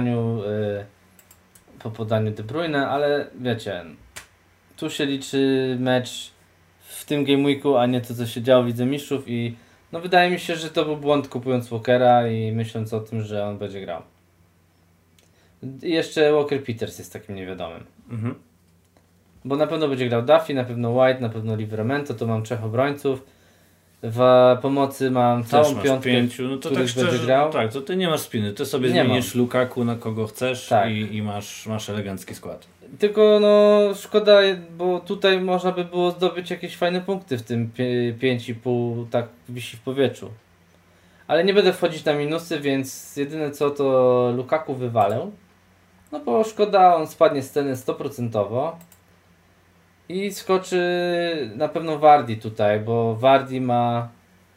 po podaniu De Bruyne, ale wiecie, tu się liczy mecz w tym Game Weeku, a nie to co się działo w Lidze Mistrzów i no wydaje mi się, że to był błąd kupując Walkera i myśląc o tym, że on będzie grał. I jeszcze Walker Peters jest takim niewiadomym. Mhm. Bo na pewno będzie grał Duffy, na pewno White, na pewno Livramento, to mam 3 obrońców. W pomocy mam całą piątkę, 5, no to tak szczerze, będzie grał. tak, to ty nie masz spiny, ty sobie Nie zmienisz Lukaku na kogo chcesz Tak. i masz elegancki skład. Tylko no szkoda, bo tutaj można by było zdobyć jakieś fajne punkty w tym 5,5 tak wisi w powietrzu. Ale nie będę wchodzić na minusy, więc jedyne co to Lukaku wywalę. No bo szkoda, on spadnie z ceny 100%. I skoczy na pewno Vardy tutaj, bo Vardy ma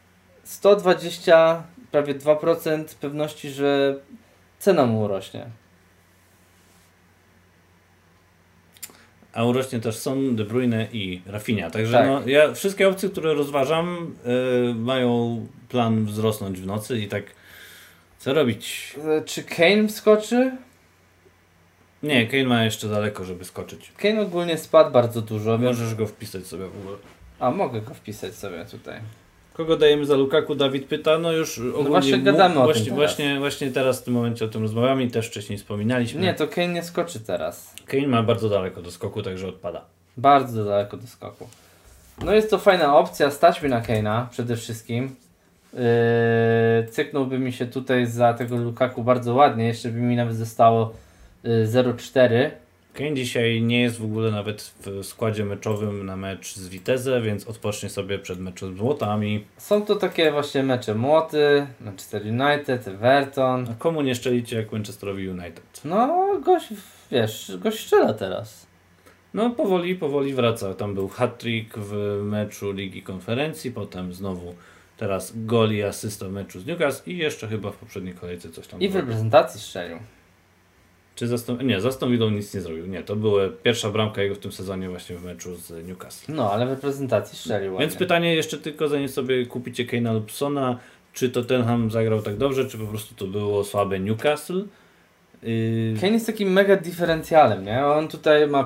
120, prawie 2% pewności, że cena mu urośnie. A urośnie też Son, De Bruyne i Rafinha. Także Tak. no, ja wszystkie opcje, które rozważam, mają plan wzrosnąć w nocy i tak co robić? Czy Kane wskoczy? Nie, Kane ma jeszcze daleko, żeby skoczyć. Kane ogólnie spadł bardzo dużo. Możesz go wpisać sobie w ogóle. A mogę go wpisać sobie tutaj. Kogo dajemy za Lukaku? Dawid pyta, no już ogólnie właśnie gadamy o tym teraz. Właśnie teraz w tym momencie o tym rozmawiamy i też wcześniej wspominaliśmy. Nie, to Kane nie skoczy teraz. Kane ma bardzo daleko do skoku, także odpada. Bardzo daleko do skoku. No jest to fajna opcja, stać mi na Kane'a przede wszystkim. Cyknąłby mi się tutaj za tego Lukaku bardzo ładnie, jeszcze by mi nawet zostało 0,4. Kane dzisiaj nie jest w ogóle nawet w składzie meczowym na mecz z Vitesse, więc odpocznie sobie przed meczem z Młotami. Są to takie właśnie mecze młoty, Manchester United, Everton. A komu nie szczelicie jak Manchesterowi United? No gość, wiesz, gość strzela teraz. No powoli wraca. Tam był hat-trick w meczu Ligi Konferencji, potem znowu teraz gol i asysta w meczu z Newcastle i jeszcze chyba w poprzedniej kolejce coś tam I w było. reprezentacji strzelił. Czy z Aston Villą nic nie zrobił. Nie, to była pierwsza bramka jego w tym sezonie właśnie w meczu z Newcastle. No, ale w reprezentacji strzelił ładnie. Więc pytanie jeszcze tylko, zanim sobie kupicie Kane'a lub Sona, czy Tottenham zagrał tak dobrze, czy po prostu to było słabe Newcastle? Kane jest takim mega dyferencjalem, nie? On tutaj ma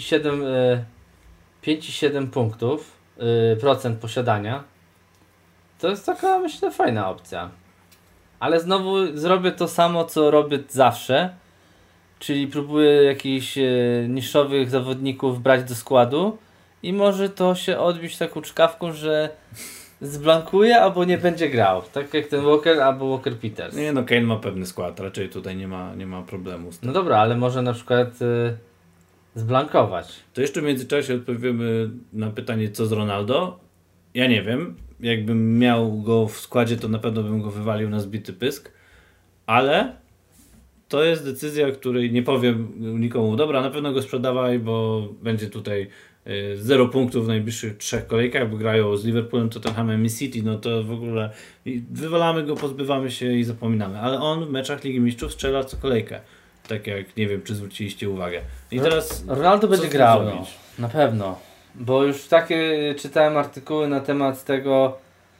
5,7 punktów, procent posiadania. To jest taka, myślę, fajna opcja. Ale znowu zrobię to samo, co robię zawsze. Czyli próbuję jakichś niszowych zawodników brać do składu i może to się odbić taką czkawką, że zblankuje albo nie będzie grał. Tak jak ten Walker albo Walker Peters. Nie no, Kane ma pewny skład, raczej tutaj nie ma problemu z tym. No dobra, ale może na przykład zblankować. To jeszcze w międzyczasie odpowiemy na pytanie, co z Ronaldo. Ja nie wiem, jakbym miał go w składzie, to na pewno bym go wywalił na zbity pysk, ale to jest decyzja, której nie powiem nikomu, dobra, na pewno go sprzedawaj, bo będzie tutaj 0 punktów w najbliższych 3 kolejkach, bo grają z Liverpoolem, Tottenhamem i City, no to w ogóle wywalamy go, pozbywamy się i zapominamy, ale on w meczach Ligi Mistrzów strzela co kolejkę, tak jak nie wiem, czy zwróciliście uwagę. I teraz Ronaldo będzie grał, no, zrobić? na pewno, bo już takie czytałem artykuły na temat tego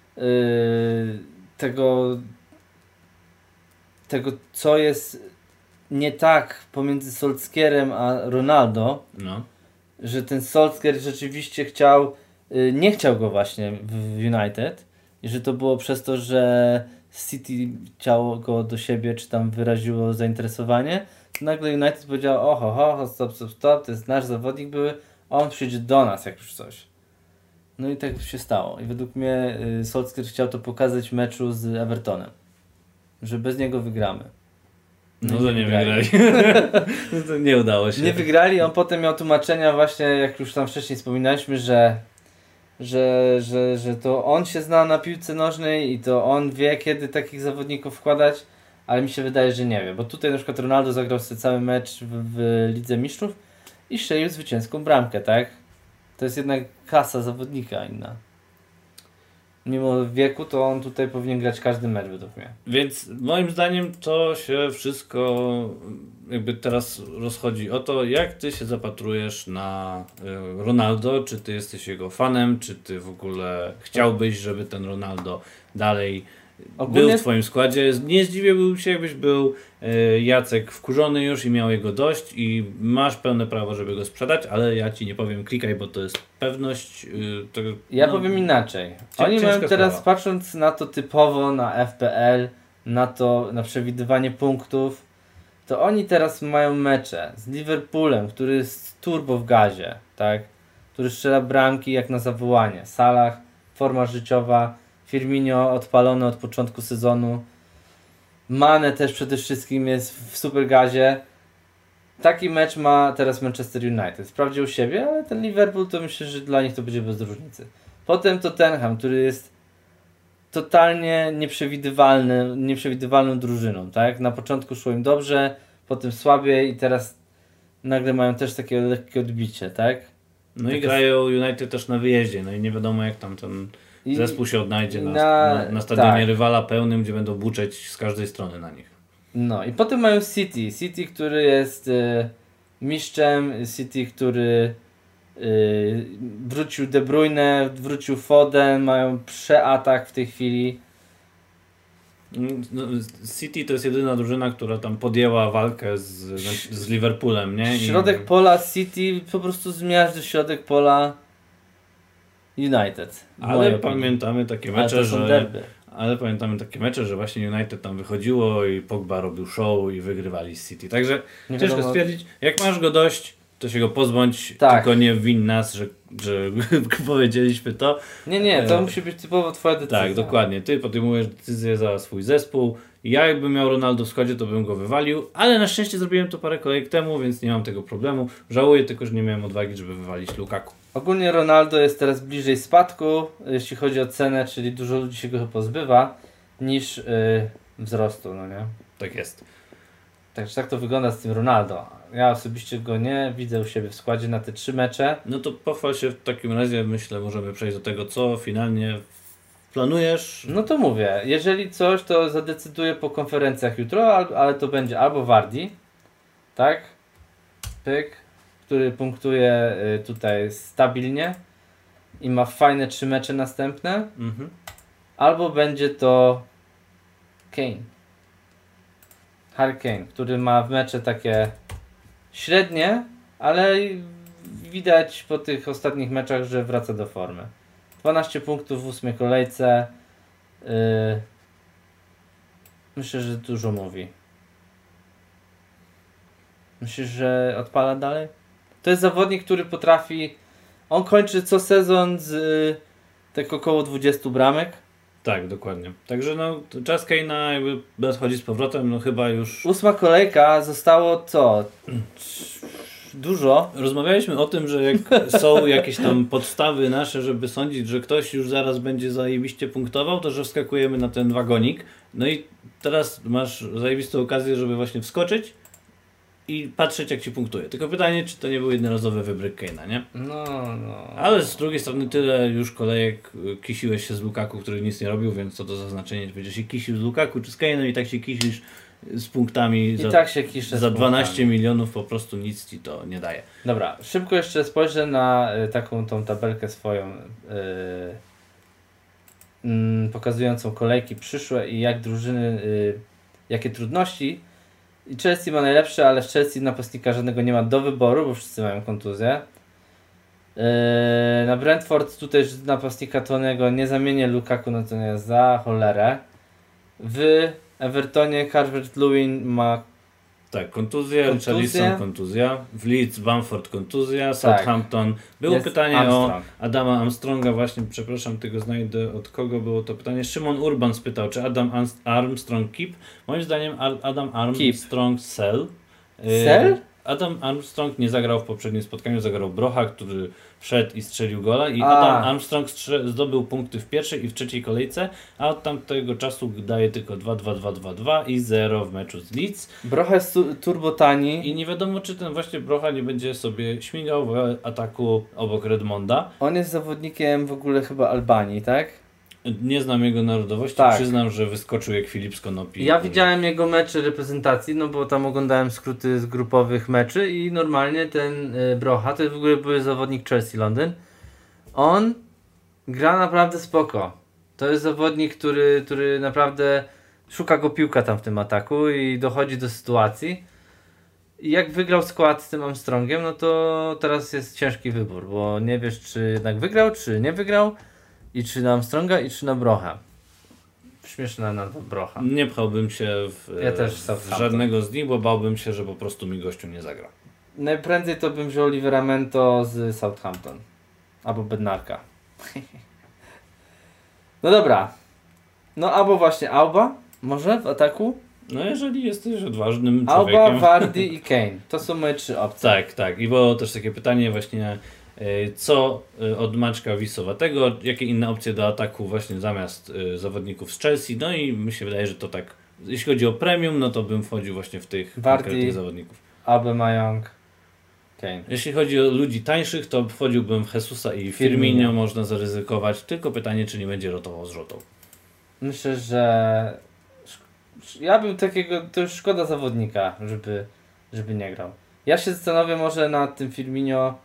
co jest nie tak pomiędzy Solskjaerem a Ronaldo, No. że ten Solskjaer rzeczywiście nie chciał go właśnie w United i że to było przez to, że City chciało go do siebie, czy tam wyraziło zainteresowanie, to nagle United powiedział stop, to jest nasz zawodnik były, on przyjdzie do nas jak już coś. No i tak się stało. I według mnie Solskjaer chciał to pokazać w meczu z Evertonem. Że bez niego wygramy. No to nie wygrali. To nie udało się. Nie wygrali, on potem miał tłumaczenia właśnie, jak już tam wcześniej wspominaliśmy, że to on się zna na piłce nożnej i to on wie, kiedy takich zawodników wkładać, ale mi się wydaje, że nie wie, bo tutaj na przykład Ronaldo zagrał sobie cały mecz w Lidze Mistrzów i strzelił zwycięską bramkę, tak? To jest jednak klasa zawodnika inna. Mimo wieku, to on tutaj powinien grać każdy mecz według mnie. Więc moim zdaniem to się wszystko jakby teraz rozchodzi o to, jak ty się zapatrujesz na Ronaldo, czy ty jesteś jego fanem, czy ty w ogóle chciałbyś, żeby ten Ronaldo dalej był w twoim składzie. Nie zdziwiłbym się, jakbyś był Jacek wkurzony już i miał jego dość i masz pełne prawo, żeby go sprzedać, ale ja ci nie powiem klikaj, bo to jest pewność. Ja powiem inaczej. Oni mają teraz, patrząc na to typowo, na FPL, na przewidywanie punktów, to oni teraz mają mecze z Liverpoolem, który jest turbo w gazie, tak? Który strzela bramki jak na zawołanie. Salah, forma życiowa, Firmino odpalony od początku sezonu. Mane też przede wszystkim jest w super gazie. Taki mecz ma teraz Manchester United. Sprawdził siebie, ale ten Liverpool to myślę, że dla nich to będzie bez różnicy. Potem Tottenham, który jest totalnie nieprzewidywalną drużyną, tak? Na początku szło im dobrze, potem słabiej i teraz nagle mają też takie lekkie odbicie, tak? No i grają United też na wyjeździe, no i nie wiadomo jak tam ten zespół się odnajdzie na stadionie rywala pełnym, gdzie będą buczeć z każdej strony na nich. No i potem mają City, który jest mistrzem, City, który wrócił De Bruyne, wrócił Foden, mają przeatak w tej chwili. No, City to jest jedyna drużyna, która tam podjęła walkę z Liverpoolem, nie? Środek pola City po prostu zmiażdży środek pola United. Ale pamiętamy takie mecze, że właśnie United tam wychodziło i Pogba robił show i wygrywali z City. Także ciężko stwierdzić, jak masz go dość, to się go pozbądź, tylko nie win nas, że powiedzieliśmy to. Nie, to musi być typowo twoja decyzja. Tak, dokładnie. Ty podejmujesz decyzję za swój zespół. Ja jakbym miał Ronaldo w składzie, to bym go wywalił, ale na szczęście zrobiłem to parę kolejek temu, więc nie mam tego problemu. Żałuję tylko, że nie miałem odwagi, żeby wywalić Lukaku. Ogólnie Ronaldo jest teraz bliżej spadku, jeśli chodzi o cenę, czyli dużo ludzi się go pozbywa, niż wzrostu, no nie? Tak jest. Także tak to wygląda z tym Ronaldo. Ja osobiście go nie widzę u siebie w składzie na te 3 mecze. No to pochwal się w takim razie, myślę, możemy przejść do tego, co finalnie planujesz. No to mówię, jeżeli coś, to zadecyduję po konferencjach jutro, ale to będzie albo Wardi, tak? Pyk, który punktuje tutaj stabilnie i ma fajne 3 mecze następne, albo będzie to Kane. Harry Kane, który ma w mecze takie średnie, ale widać po tych ostatnich meczach, że wraca do formy. 12 punktów w 8 kolejce. Myślę, że dużo mówi. Myślisz, że odpala dalej? To jest zawodnik, który potrafi... On kończy co sezon z tak około 20 bramek. Tak, dokładnie. Także no, czas Kane'a jakby nadchodzi z powrotem, no chyba już... 8 kolejka, zostało co? Dużo. Rozmawialiśmy o tym, że jak są jakieś tam podstawy nasze, żeby sądzić, że ktoś już zaraz będzie zajebiście punktował, to że wskakujemy na ten wagonik. No i teraz masz zajebistą okazję, żeby właśnie wskoczyć i patrzeć jak ci punktuje. Tylko pytanie, czy to nie był jednorazowy wybryk Kane'a, nie? No. Ale z drugiej strony tyle już kolejek kisiłeś się z Lukaku, który nic nie robił, więc co to za znaczenie, czy będziesz się kisił z Lukaku czy z Kane'em i tak się kisisz z punktami. Tak się kiszę za 12 milionów po prostu nic ci to nie daje. Dobra, szybko jeszcze spojrzę na taką tą tabelkę swoją pokazującą kolejki przyszłe i jak drużyny, jakie trudności. I Chelsea ma najlepsze, ale w Chelsea napastnika żadnego nie ma do wyboru, bo wszyscy mają kontuzję. Na Brentford tutaj napastnika Tonego nie zamienię Lukaku na Tonego za cholerę. W Evertonie Calvert-Lewin ma Tak, kontuzja, Kontuzje. Richarlison kontuzja, w Leeds, Bamford kontuzja, Southampton. Było Jest pytanie Armstrong. o Adama Armstronga, właśnie, przepraszam, tego znajdę, od kogo było to pytanie. Szymon Urban spytał, czy Adam Armstrong keep? Moim zdaniem Adam Armstrong sell. Sell? Adam Armstrong nie zagrał w poprzednim spotkaniu, zagrał Brocha, który wszedł i strzelił gola i A. Adam Armstrong zdobył punkty w pierwszej i w trzeciej kolejce, a od tamtego czasu daje tylko 2-2-2-2-2 i 0 w meczu z Leeds. Brocha jest turbo tani. I nie wiadomo, czy ten właśnie Brocha nie będzie sobie śmigał w ataku obok Redmonda. On jest zawodnikiem w ogóle chyba Albanii, tak? Nie znam jego narodowości, Tak. przyznam, że wyskoczył jak Filip z Konopi. Ja widziałem jego mecze reprezentacji, no bo tam oglądałem skróty z grupowych meczy i normalnie ten Brocha, to w ogóle był zawodnik Chelsea Londyn, on gra naprawdę spoko. To jest zawodnik, który naprawdę szuka go piłka tam w tym ataku i dochodzi do sytuacji. I jak wygrał skład z tym Armstrongiem, no to teraz jest ciężki wybór, bo nie wiesz, czy jednak wygrał, czy nie wygrał. I czy na Armstronga, i czy na Brocha. Śmieszna nazwa Brocha. Nie pchałbym się Ja też w Southampton. żadnego z nich, bo bałbym się, że po prostu mi gościu nie zagra. Najprędzej to bym wziął Liveramento z Southampton. Albo Bednarka. No dobra. No albo właśnie Alba, może w ataku? No jeżeli jesteś odważnym Alba, człowiekiem. Vardy i Kane. To są moje 3 opcje. Tak, tak. I było też takie pytanie właśnie, co od Maćka Wisowatego, jakie inne opcje do ataku właśnie zamiast zawodników z Chelsea. No i mi się wydaje, że to tak, jeśli chodzi o premium, no to bym wchodził właśnie w tych Vardy. konkretnych zawodników. Aubameyang, Kane. Jeśli chodzi o ludzi tańszych, to wchodziłbym w Jesusa i Firmino. Firmino, można zaryzykować. Tylko pytanie, czy nie będzie rotował z rzutą. Myślę, że ja bym takiego, to już szkoda zawodnika, żeby nie grał. Ja się zastanowię może nad tym Firmino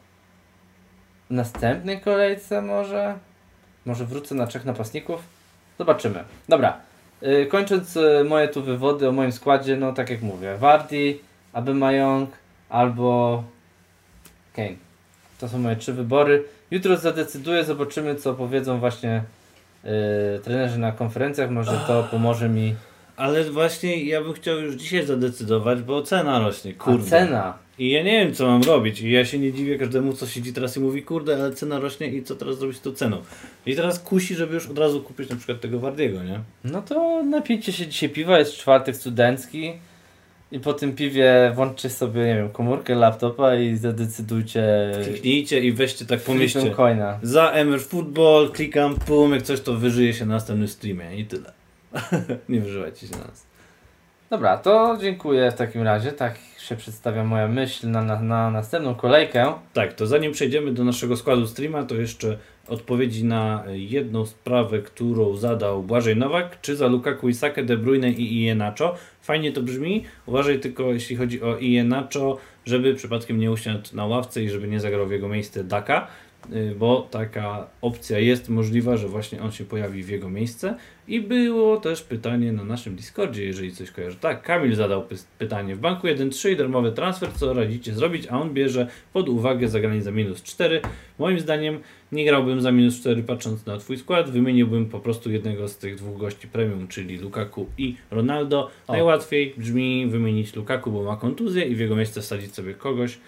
w następnej kolejce może. Może wrócę na 3 napastników. Zobaczymy. Dobra. Kończąc moje tu wywody o moim składzie, no tak jak mówię, Vardy, Aubameyang albo Kane. To są moje 3 wybory. Jutro zadecyduję, zobaczymy co powiedzą właśnie trenerzy na konferencjach, może to pomoże mi. Ale właśnie ja bym chciał już dzisiaj zadecydować, bo cena rośnie, kurde. A cena. I ja nie wiem, co mam robić. I ja się nie dziwię każdemu, co siedzi teraz i mówi, kurde, ale cena rośnie i co teraz zrobić z tą ceną. I teraz kusi, żeby już od razu kupić na przykład tego Wardiego, nie? No to napijcie się dzisiaj piwa, jest czwartek studencki i po tym piwie włączcie sobie, nie wiem, komórkę laptopa i zadecydujcie Kliknijcie i weźcie tak po mieście. flipem coina. Za MR Football, klikam, pum, jak coś to wyżyje się na następnym streamie i tyle. Nie wyżywajcie się na nas. Dobra, to dziękuję w takim razie. Tak się przedstawia moja myśl na następną kolejkę. Tak, to zanim przejdziemy do naszego składu streama, to jeszcze odpowiedzi na jedną sprawę, którą zadał Błażej Nowak. Czy za Lukaku, Isakę, De Bruyne i Iheanacho? Fajnie to brzmi. Uważaj tylko, jeśli chodzi o Iheanacho, żeby przypadkiem nie usiadł na ławce i żeby nie zagrał w jego miejsce Daka, bo taka opcja jest możliwa, że właśnie on się pojawi w jego miejsce. I było też pytanie na naszym Discordzie, jeżeli coś kojarzy. Tak, Kamil zadał pytanie. W banku 1.3 i darmowy transfer, co radzicie zrobić? A on bierze pod uwagę zagranie za -4. Moim zdaniem nie grałbym za -4 patrząc na twój skład. Wymieniłbym po prostu jednego z tych 2 gości premium, czyli Lukaku i Ronaldo. Najłatwiej brzmi wymienić Lukaku, bo ma kontuzję i w jego miejsce wsadzić sobie kogoś,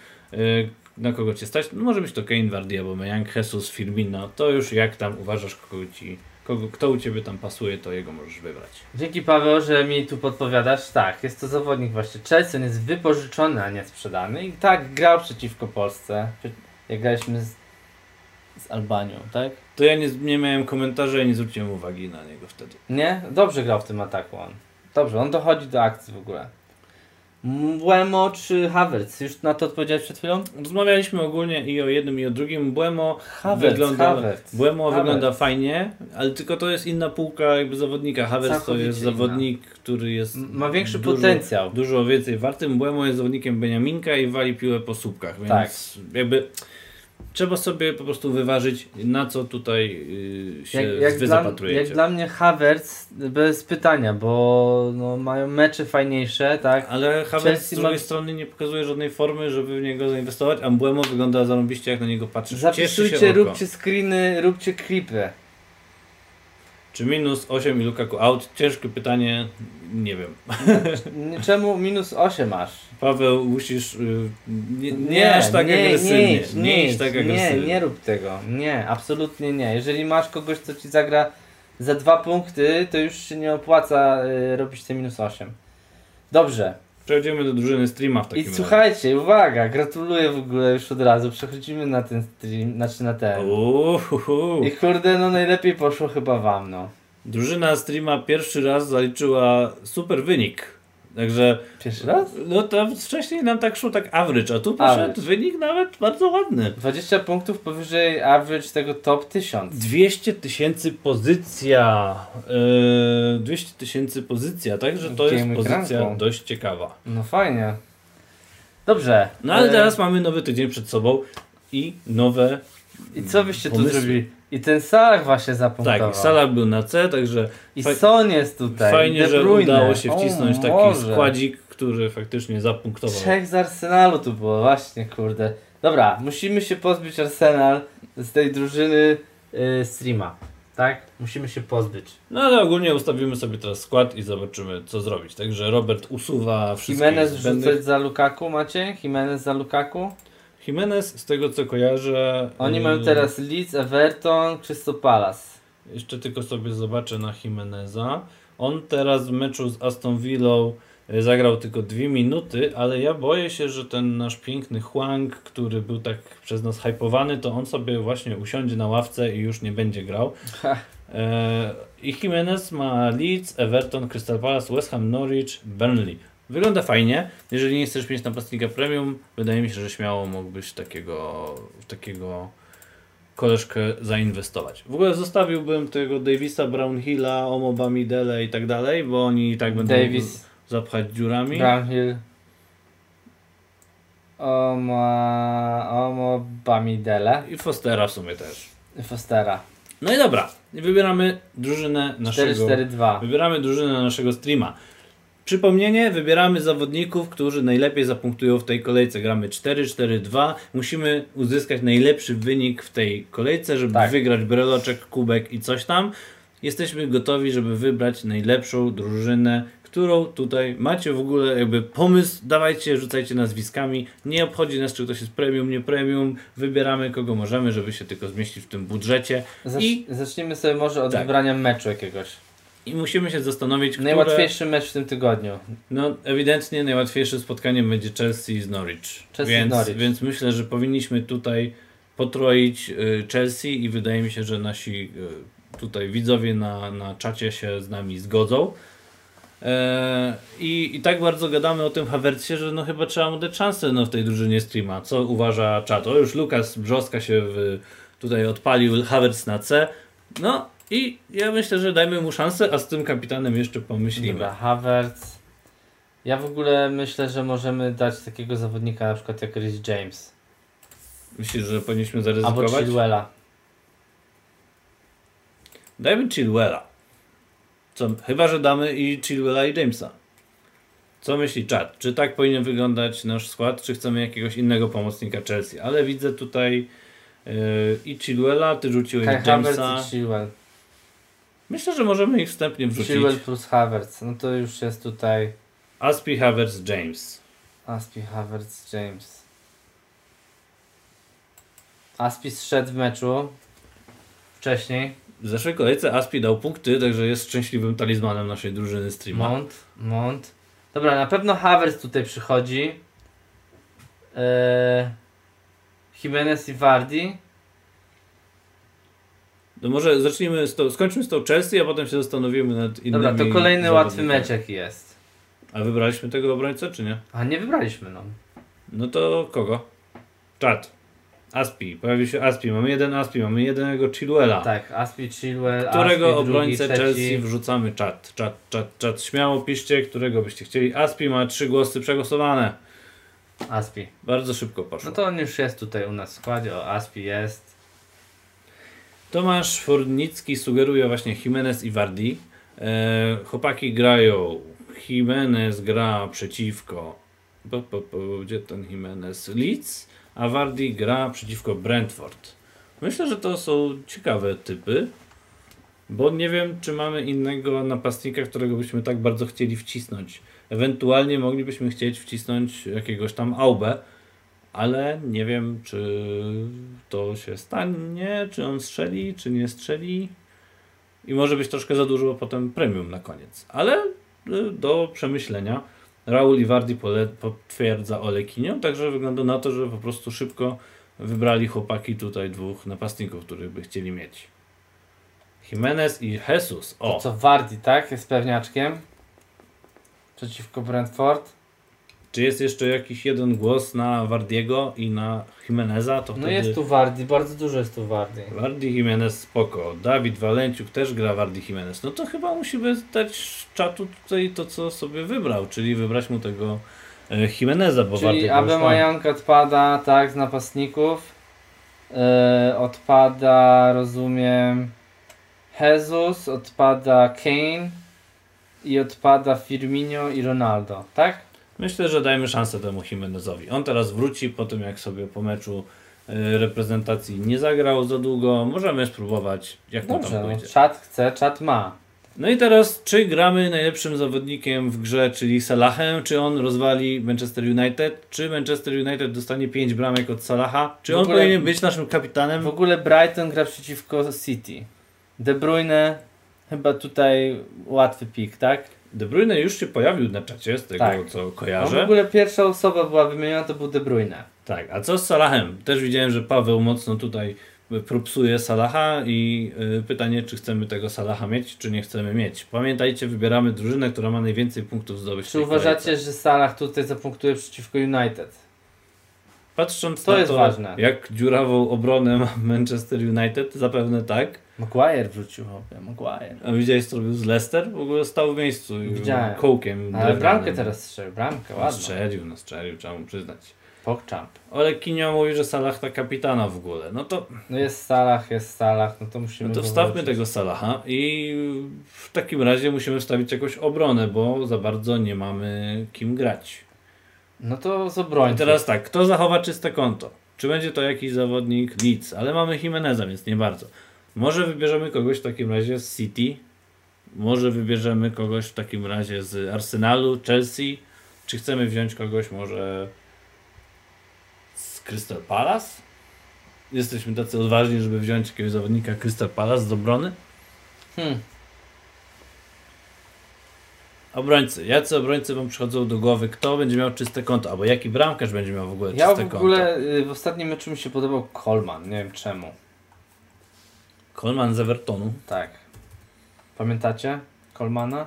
na kogo cię stać. No może być to Kane, Vardy, Aubameyang, Jesus, Firmino. To już jak tam uważasz, kto u Ciebie tam pasuje, to jego możesz wybrać. Dzięki Paweł, że mi tu podpowiadasz. Tak, jest to zawodnik właśnie Chelsea, on jest wypożyczony, a nie sprzedany. I tak grał przeciwko Polsce, jak graliśmy z Albanią, tak? To ja nie miałem komentarzy i nie zwróciłem uwagi na niego wtedy. Nie? Dobrze grał w tym ataku on. Dobrze, on dochodzi do akcji w ogóle. Mbeumo czy Havertz? Już na to odpowiedziałeś przed chwilą? Rozmawialiśmy ogólnie i o jednym i o drugim. Mbeumo Havertz. wygląda fajnie, ale tylko to jest inna półka jakby zawodnika. Havertz to Całkowicie jest inna. zawodnik, który jest Ma większy potencjał. Dużo więcej warty. Mbeumo jest zawodnikiem Beniaminka i wali piłę po słupkach, więc Tak. jakby trzeba sobie po prostu wyważyć, na co tutaj się wy zapatrujecie. Jak dla mnie Havertz bez pytania, bo no, mają mecze fajniejsze, tak? Ale Havertz Chelsea z drugiej strony nie pokazuje żadnej formy, żeby w niego zainwestować, a Mbeumo wygląda zarąbiście, jak na niego patrzysz. Cieszy się Zapisujcie, oko. róbcie screeny, róbcie klipy. Czy minus 8 i Lukaku out? Ciężkie pytanie, nie wiem. Czemu minus 8 masz? Paweł, musisz nie aż tak agresywnie. Nie idź tak agresywnie. Nie rób tego. Nie, absolutnie nie. Jeżeli masz kogoś, co ci zagra za 2 punkty, to już się nie opłaca robić te minus 8. Dobrze. Przejdziemy do drużyny streama w takim razie. Słuchajcie, uwaga, gratuluję w ogóle już od razu. Przechodzimy na ten stream, znaczy na ten. I kurde, no najlepiej poszło chyba wam, no. Drużyna streama pierwszy raz zaliczyła super wynik. Także. Pierwszy raz? No tam wcześniej nam tak szło tak average, a tu poszedł wynik nawet bardzo ładny. 20 punktów powyżej average tego top 1000. 200 000 pozycja. 200 000 pozycja, także to jest pozycja dość ciekawa. No fajnie. Dobrze. No ale teraz mamy nowy tydzień przed sobą i nowe. I co byście tu zrobili? I ten Salah właśnie zapunktował. Tak, Salah był na C, także. I Son jest tutaj. Fajnie, że udało się wcisnąć taki składzik, który faktycznie zapunktował. 3 z Arsenalu tu było, właśnie, kurde. Dobra, musimy się pozbyć Arsenal z tej drużyny streama. Tak? Musimy się pozbyć. No ale ogólnie ustawimy sobie teraz skład i zobaczymy, co zrobić. Także Robert usuwa wszystkich Jimenez wrzucać za Lukaku macie? Jimenez za Lukaku? Jimenez, z tego co kojarzę... Oni mają teraz Leeds, Everton, Crystal Palace. Jeszcze tylko sobie zobaczę na Jimeneza. On teraz w meczu z Aston Villą zagrał tylko 2 minuty, ale ja boję się, że ten nasz piękny Hwang, który był tak przez nas hypowany, to on sobie właśnie usiądzie na ławce i już nie będzie grał. I Jimenez ma Leeds, Everton, Crystal Palace, West Ham, Norwich, Burnley. Wygląda fajnie. Jeżeli nie chcesz mieć na Plastika Premium, wydaje mi się, że śmiało mógłbyś takiego koleżkę zainwestować. W ogóle zostawiłbym tego Davisa, Brownhilla, Omo Bamidele i tak dalej, bo oni i tak będą zapchać dziurami. Brownhill. Omo Bamidele. I Fostera w sumie też. Fostera. No i dobra. Wybieramy drużynę naszego... 4-4-2. Wybieramy drużynę naszego streama. Przypomnienie, wybieramy zawodników, którzy najlepiej zapunktują w tej kolejce. Gramy 4-4-2. Musimy uzyskać najlepszy wynik w tej kolejce, żeby wygrać breloczek, kubek i coś tam. Jesteśmy gotowi, żeby wybrać najlepszą drużynę, którą tutaj macie w ogóle jakby pomysł. Dawajcie, rzucajcie nazwiskami. Nie obchodzi nas, czy ktoś jest premium, nie premium. Wybieramy kogo możemy, żeby się tylko zmieścić w tym budżecie. Zacznijmy sobie może od wybrania meczu jakiegoś. I musimy się zastanowić, najłatwiejszy mecz w tym tygodniu. No ewidentnie najłatwiejszym spotkaniem będzie Chelsea z Norwich. Więc myślę, że powinniśmy tutaj potroić Chelsea i wydaje mi się, że nasi tutaj widzowie na czacie się z nami zgodzą. I tak bardzo gadamy o tym Havertzie, że no chyba trzeba mu dać szansę w tej drużynie streama. Co uważa czat? O, już Lukas Brzoska się tutaj odpalił, Havertz na C. No i ja myślę, że dajmy mu szansę, a z tym kapitanem jeszcze pomyślimy. Dobra, Havertz. Ja w ogóle myślę, że możemy dać takiego zawodnika na przykład jak Reece James. Myślisz, że powinniśmy zaryzykować? Albo Chilwella. Dajmy Chilwella. Chyba, że damy i Chilwella i Jamesa. Co myśli czat? Czy tak powinien wyglądać nasz skład, czy chcemy jakiegoś innego pomocnika Chelsea? Ale widzę tutaj i Chilwella, ty rzuciłeś Jamesa. I Chilwell. Myślę, że możemy ich wstępnie wrzucić. Chilwell plus Havertz. No to już jest tutaj... Aspi, Havertz, James. Aspi, Havertz, James. Aspi zszedł w meczu wcześniej. W zeszłej kolejce Aspi dał punkty, także jest szczęśliwym talizmanem naszej drużyny streama. Mount. Dobra, na pewno Havertz tutaj przychodzi. Jimenez i Vardy. No może zacznijmy skończmy z tą Chelsea, a potem się zastanowimy nad innymi. Dobra, to kolejny łatwy mecz jaki jest. A wybraliśmy tego obrońcę, czy nie? A nie wybraliśmy, no. No to kogo? Czat. Aspi, pojawił się Aspi, mamy jeden Aspi, mamy jednego Chilwella. Tak, Aspi, Chilwell, którego Aspi, obrońcę drugi, Chelsea wrzucamy czat. Śmiało piszcie, którego byście chcieli. Aspi ma 3 głosy przegłosowane. Aspi. Bardzo szybko poszło. No to on już jest tutaj u nas w składzie, o Aspi jest. Tomasz Fornicki sugeruje właśnie Jimenez i Vardy. Chłopaki grają. Jimenez gra przeciwko... Gdzie ten Jimenez? Leeds, a Vardy gra przeciwko Brentford. Myślę, że to są ciekawe typy. Bo nie wiem, czy mamy innego napastnika, którego byśmy tak bardzo chcieli wcisnąć. Ewentualnie moglibyśmy chcieć wcisnąć jakiegoś tam Aubę, ale nie wiem, czy to się stanie, czy on strzeli, czy nie strzeli. I może być troszkę za dużo potem premium na koniec. Ale do przemyślenia. Raul i Vardy potwierdza Olekinią, także wygląda na to, że po prostu szybko wybrali chłopaki tutaj dwóch napastników, których by chcieli mieć. Jimenez i Jesus. O! To co, Vardy, tak? Jest pewniaczkiem. Przeciwko Brentford. Czy jest jeszcze jakiś jeden głos na Vardiego i na Jimeneza? To No wtedy... jest tu Vardy, bardzo dużo jest tu Vardy. Vardy, Jimenez, spoko. Dawid Walenciuk też gra Vardy, Jimenez. No to chyba musimy dać czatu tutaj to, co sobie wybrał, czyli wybrać mu tego Jimeneza, bo Czyli Vardy Aubameyang odpada, tak, z napastników. Odpada, rozumiem, Jesus, odpada Kane i odpada Firmino i Ronaldo, tak? Myślę, że dajmy szansę temu Jimenezowi. On teraz wróci po tym, jak sobie po meczu reprezentacji nie zagrał za długo. Możemy spróbować, jak mu Dobrze, tam no, pójdzie. czat chce, czat ma. No i teraz, czy gramy najlepszym zawodnikiem w grze, czyli Salahem, czy on rozwali Manchester United, czy Manchester United dostanie 5 bramek od Salaha, czy on powinien być naszym kapitanem? W ogóle Brighton gra przeciwko City. De Bruyne, chyba tutaj łatwy pik, tak? De Bruyne już się pojawił na czacie, z tego Tak. co No kojarzę. w ogóle pierwsza osoba była wymieniona, to był De Bruyne. Tak, a co z Salahem? Też widziałem, że Paweł mocno tutaj propsuje Salaha i pytanie, czy chcemy tego Salaha mieć, czy nie chcemy mieć. Pamiętajcie, wybieramy drużynę, która ma najwięcej punktów zdobyć. w Czy tej uważacie, kolejce. że Salah tutaj zapunktuje przeciwko United? Patrząc To na jest to, ważne. jak dziurawą obronę ma Manchester United, zapewne tak. Maguire wrzucił, chłopie, Maguire. A widziałeś, co robił z Leicester? W ogóle stał w miejscu i Widziałem. kołkiem. Ale drewnianym. bramkę teraz strzelił, bramkę, ładną. Strzelił, trzeba mu przyznać. Pogchamp. Olekinio mówi, że Salah ta kapitana w ogóle. No to No jest Salah, no to musimy go wstawmy wrócić. tego Salaha i w takim razie musimy wstawić jakąś obronę, bo za bardzo nie mamy kim grać. No to z I obrońców. teraz tak, kto zachowa czyste konto? Czy będzie to jakiś zawodnik Leeds? Ale mamy Jimeneza, więc nie bardzo. Może wybierzemy kogoś w takim razie z City? Może wybierzemy kogoś w takim razie z Arsenalu, Chelsea? Czy chcemy wziąć kogoś może z Crystal Palace? Jesteśmy tacy odważni, żeby wziąć jakiegoś zawodnika Crystal Palace z obrony? Obrońcy. Jacy obrońcy wam przychodzą do głowy? Kto będzie miał czyste konto? Albo jaki bramkarz będzie miał w ogóle Ja czyste w konto? ogóle w ostatnim meczu mi się podobał Coleman, nie wiem czemu. Coleman z Evertonu. Tak. Pamiętacie Colemana?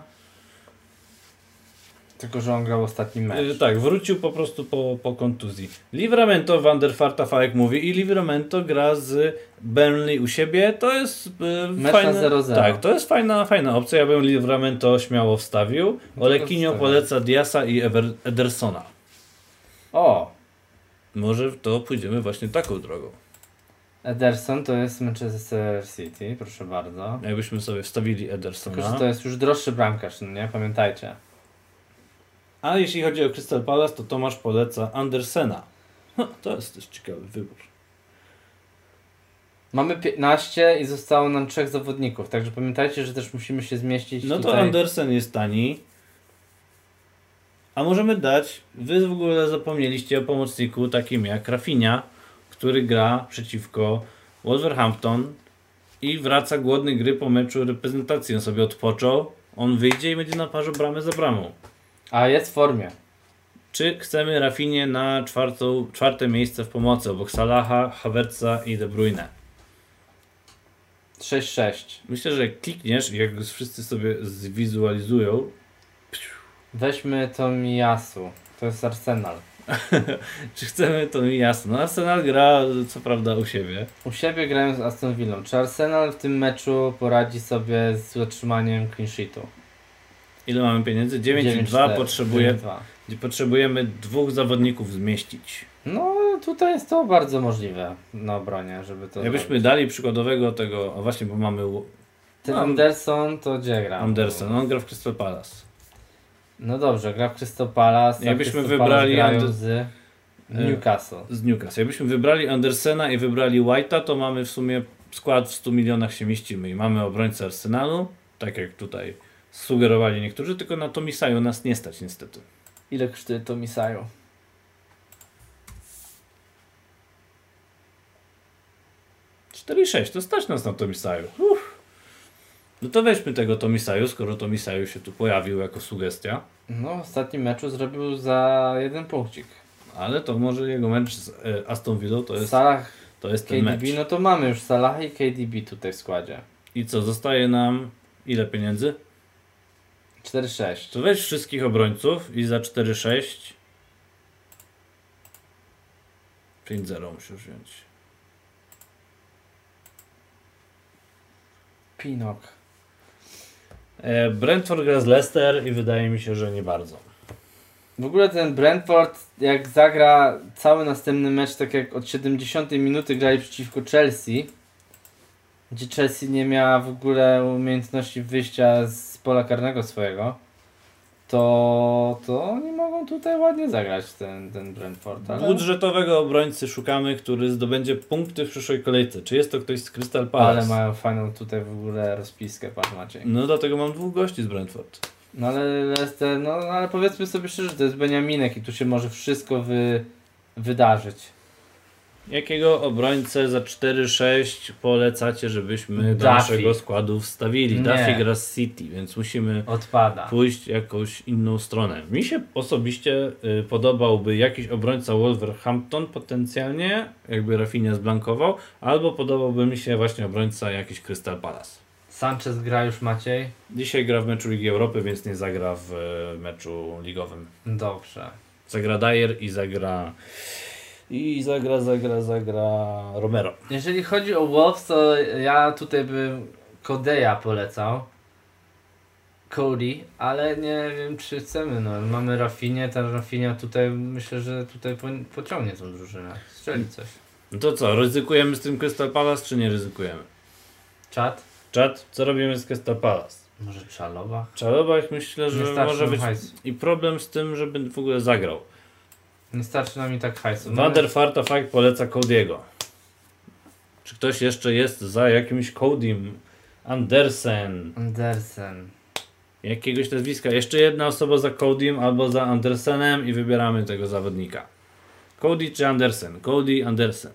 Tylko, że on grał ostatni mecz. Tak, wrócił po prostu po kontuzji. Livramento, Van der Vaart, Fajek mówi, i Livramento gra z Burnley u siebie. To jest Mecz fajne. na 0-0. Tak, to jest fajna opcja. Ja bym Livramento śmiało wstawił. to Olekinio wstawiam. poleca Diasa i Edersona. O! Może to pójdziemy właśnie taką drogą. Ederson to jest Manchester City, proszę bardzo. Jakbyśmy sobie wstawili Tylko, że Edersona. to jest już droższy bramkarz, no nie? Pamiętajcie. A jeśli chodzi o Crystal Palace, to Tomasz poleca Andersena. To jest też ciekawy wybór. Mamy 15 i zostało nam 3 zawodników, także pamiętajcie, że też musimy się zmieścić No to tutaj. Andersen jest tani. A możemy dać, wy w ogóle zapomnieliście o pomocniku takim jak Rafinha, który gra przeciwko Wolverhampton i wraca głodny gry po meczu reprezentacji. On sobie odpoczął, on wyjdzie i będzie na parze bramę za bramą. A jest w formie. Czy chcemy Rafinhię na czwarte miejsce w pomocy obok Salaha, Havertza i De Bruyne? 6-6. Myślę, że jak klikniesz i jak wszyscy sobie zwizualizują, Weźmy Tomiyasu. To jest Arsenal. czy chcemy, to mi jasno. No, Arsenal gra co prawda u siebie. U siebie grają z Aston Villą. Czy Arsenal w tym meczu poradzi sobie z utrzymaniem clean sheetu? Ile mamy pieniędzy? 9,2. Potrzebujemy 2 zawodników zmieścić. No tutaj jest to bardzo możliwe na obronie, żeby to Jakbyśmy zrobić. dali przykładowego tego, a właśnie, bo mamy Ten no, Anderson to gdzie gra? Andersen, on gra w Crystal Palace. No dobrze, gra w Crystal Palace. Jakbyśmy Crystal wybrali Palace grają z Newcastle. Z Newcastle. Jakbyśmy wybrali Andersena i wybrali White'a, to mamy w sumie skład w 100 milionach się mieścimy i mamy obrońcę Arsenalu, tak jak tutaj sugerowali niektórzy, tylko na Tomisaju nas nie stać niestety. Ile kosztuje to Misajo? 4,6 to stać nas na Tomisaju. No to weźmy tego Tomisaju, skoro Tomisaju się tu pojawił jako sugestia. No, w ostatnim meczu zrobił za 1 punkcik. Ale to może jego mecz z Aston Villą to jest Salah, ten KDB, mecz. no to mamy już Salaha i KDB tutaj w składzie. I co, zostaje nam ile pieniędzy? 4-6. To weź wszystkich obrońców i za 4,6 5-0 musisz wziąć. Pinok. Brentford gra z Leicester i wydaje mi się, że nie bardzo. W ogóle ten Brentford, jak zagra cały następny mecz, tak jak od 70 minuty grali przeciwko Chelsea, gdzie Chelsea nie miała w ogóle umiejętności wyjścia z pola karnego swojego, to oni mogą tutaj ładnie zagrać ten Brentford. Ale... Budżetowego obrońcy szukamy, który zdobędzie punkty w przyszłej kolejce. Czy jest to ktoś z Crystal Palace? Ale mają fajną tutaj w ogóle rozpiskę, patrz Maciej. No dlatego mam 2 gości z Brentford. No ale Leicester, no ale powiedzmy sobie szczerze, to jest Beniaminek i tu się może wszystko wydarzyć. Jakiego obrońcę za 4-6 polecacie, żebyśmy do Duffy. naszego składu wstawili? Nie. Duffy gra z City, więc musimy Odpada. pójść jakąś inną stronę. Mi się osobiście podobałby jakiś obrońca Wolverhampton potencjalnie, jakby Rafinha zblankował, albo podobałby mi się właśnie obrońca jakiś Crystal Palace. Sanchez gra już Maciej? Dzisiaj gra w meczu Ligi Europy, więc nie zagra w meczu ligowym. Dobrze. Zagra Dyer i zagra Romero. Jeżeli chodzi o Wolves, to ja tutaj bym Codeya polecał. Cody, ale nie wiem czy chcemy, no mamy Rafinę, ta Rafinha tutaj myślę, że tutaj pociągnie tą drużynę, strzeli coś. No to co, ryzykujemy z tym Crystal Palace, czy nie ryzykujemy? Czat? Czad, co robimy z Crystal Palace? Może Czalowa? Czalobach myślę, że Nie starczy może nam być hajsu. i problem z tym, żeby w ogóle zagrał. Nie starczy nam i tak hajsu. Van der Farta fakt poleca Cody'ego. Czy ktoś jeszcze jest za jakimś Codym? Andersen. Jakiegoś nazwiska. Jeszcze jedna osoba za Codym albo za Andersenem i wybieramy tego zawodnika. Cody czy Andersen? Cody, Andersen.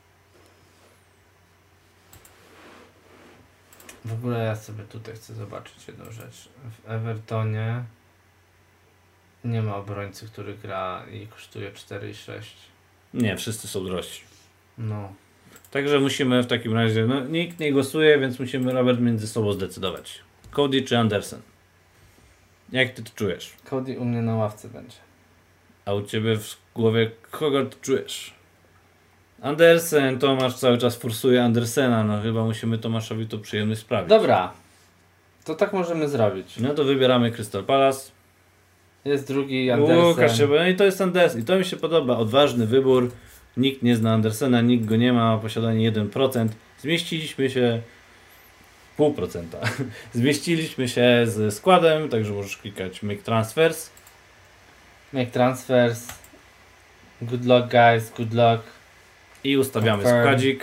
W ogóle ja sobie tutaj chcę zobaczyć jedną rzecz. W Evertonie nie ma obrońcy, który gra i kosztuje 4,6. Nie, wszyscy są drożsi. No. Także musimy w takim razie, no nikt nie głosuje, więc musimy Robert między sobą zdecydować. Cody czy Andersen? Jak ty to czujesz? Cody u mnie na ławce będzie. A u ciebie w głowie kogo ty czujesz? Andersen, Tomasz cały czas forsuje Andersena, no chyba musimy Tomaszowi to przyjemność sprawić. Dobra. To tak możemy zrobić. No to wybieramy Crystal Palace. Jest drugi Andersen. Łukasz się, no i to jest Andersen. I to mi się podoba. Odważny wybór. Nikt nie zna Andersena, nikt go nie ma, posiadanie 1%. Zmieściliśmy się 0,5%. Zmieściliśmy się z składem, także możesz klikać Make Transfers. Make transfers. Good luck guys, good luck. I ustawiamy Confirm. składzik.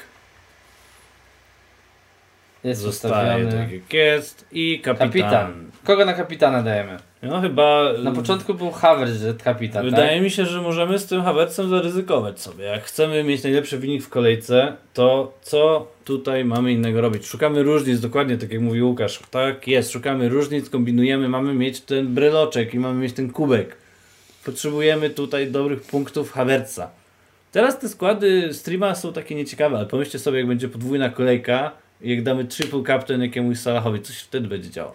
Jest Zostaje ustawiony. tak jak jest. I kapitan. Kapitan. Kogo na kapitana dajemy? No chyba... Na początku był Havertz, że kapitan, Wydaje mi się, że możemy z tym Havertzem zaryzykować sobie. Jak chcemy mieć najlepszy wynik w kolejce, to co tutaj mamy innego robić? Szukamy różnic, dokładnie tak jak mówił Łukasz. Tak jest, szukamy różnic, kombinujemy, mamy mieć ten bryloczek i mamy mieć ten kubek. Potrzebujemy tutaj dobrych punktów Havertza. Teraz te składy streama są takie nieciekawe, ale pomyślcie sobie, jak będzie podwójna kolejka i jak damy triple captain jakiemuś Salahowi, coś wtedy będzie działo.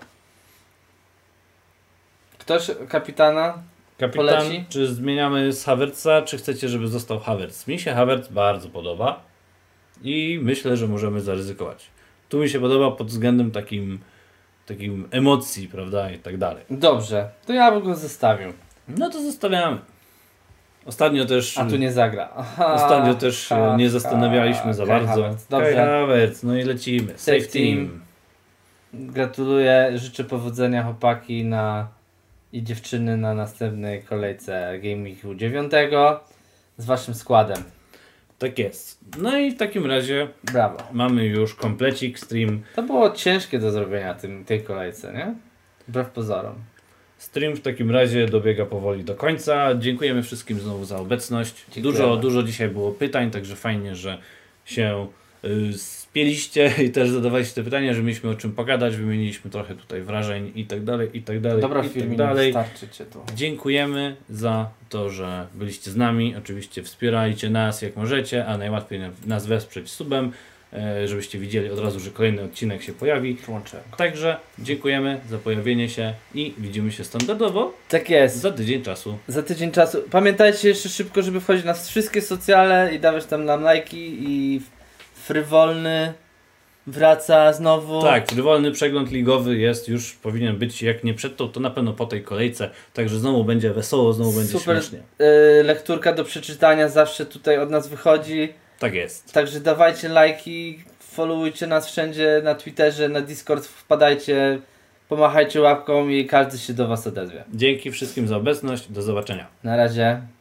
Ktoś kapitana? Kapitan, Poleci? czy zmieniamy z Havertza, czy chcecie, żeby został Havertz? Mi się Havertz bardzo podoba i myślę, że możemy zaryzykować. Tu mi się podoba pod względem takim emocji, prawda, i tak dalej. Dobrze, to ja bym go zostawił. No to zostawiamy. Ostatnio też... A tu nie zagra. Aha, Ostatnio też się nie zastanawialiśmy za Kai bardzo. Havertz. Kai Dobrze, Havertz, no i lecimy. Save team. gratuluję, życzę powodzenia chłopaki i dziewczyny na następnej kolejce Game Weeku 9 z waszym składem. Tak jest. No i w takim razie Brawo. mamy już komplecik, stream. To było ciężkie do zrobienia tej kolejce, nie? Wbrew pozorom. Stream w takim razie dobiega powoli do końca. Dziękujemy wszystkim znowu za obecność. Dziękujemy. Dużo dzisiaj było pytań, także fajnie, że się spieliście i też zadawaliście te pytania, że mieliśmy o czym pogadać, wymieniliśmy trochę tutaj wrażeń i tak dalej, i tak dalej, Dobra, i filmie, tak dalej. starczycie tu. Dziękujemy za to, że byliście z nami. Oczywiście wspierajcie nas jak możecie, a najłatwiej nas wesprzeć subem, żebyście widzieli od razu, że kolejny odcinek się pojawi. Przyłączyłem. Także dziękujemy za pojawienie się i widzimy się standardowo Tak jest. za tydzień czasu. Za tydzień czasu. Pamiętajcie jeszcze szybko, żeby wchodzić na wszystkie socjale i dawać tam nam lajki i frywolny wraca znowu. Tak, frywolny przegląd ligowy jest, już powinien być, jak nie przed tą, to na pewno po tej kolejce. Także znowu będzie wesoło, znowu będzie Super. śmiesznie. Lekturka do przeczytania zawsze tutaj od nas wychodzi. Tak jest. Także dawajcie lajki, followujcie nas wszędzie na Twitterze, na Discord wpadajcie, pomachajcie łapką i każdy się do was odezwie. Dzięki wszystkim za obecność. Do zobaczenia. Na razie.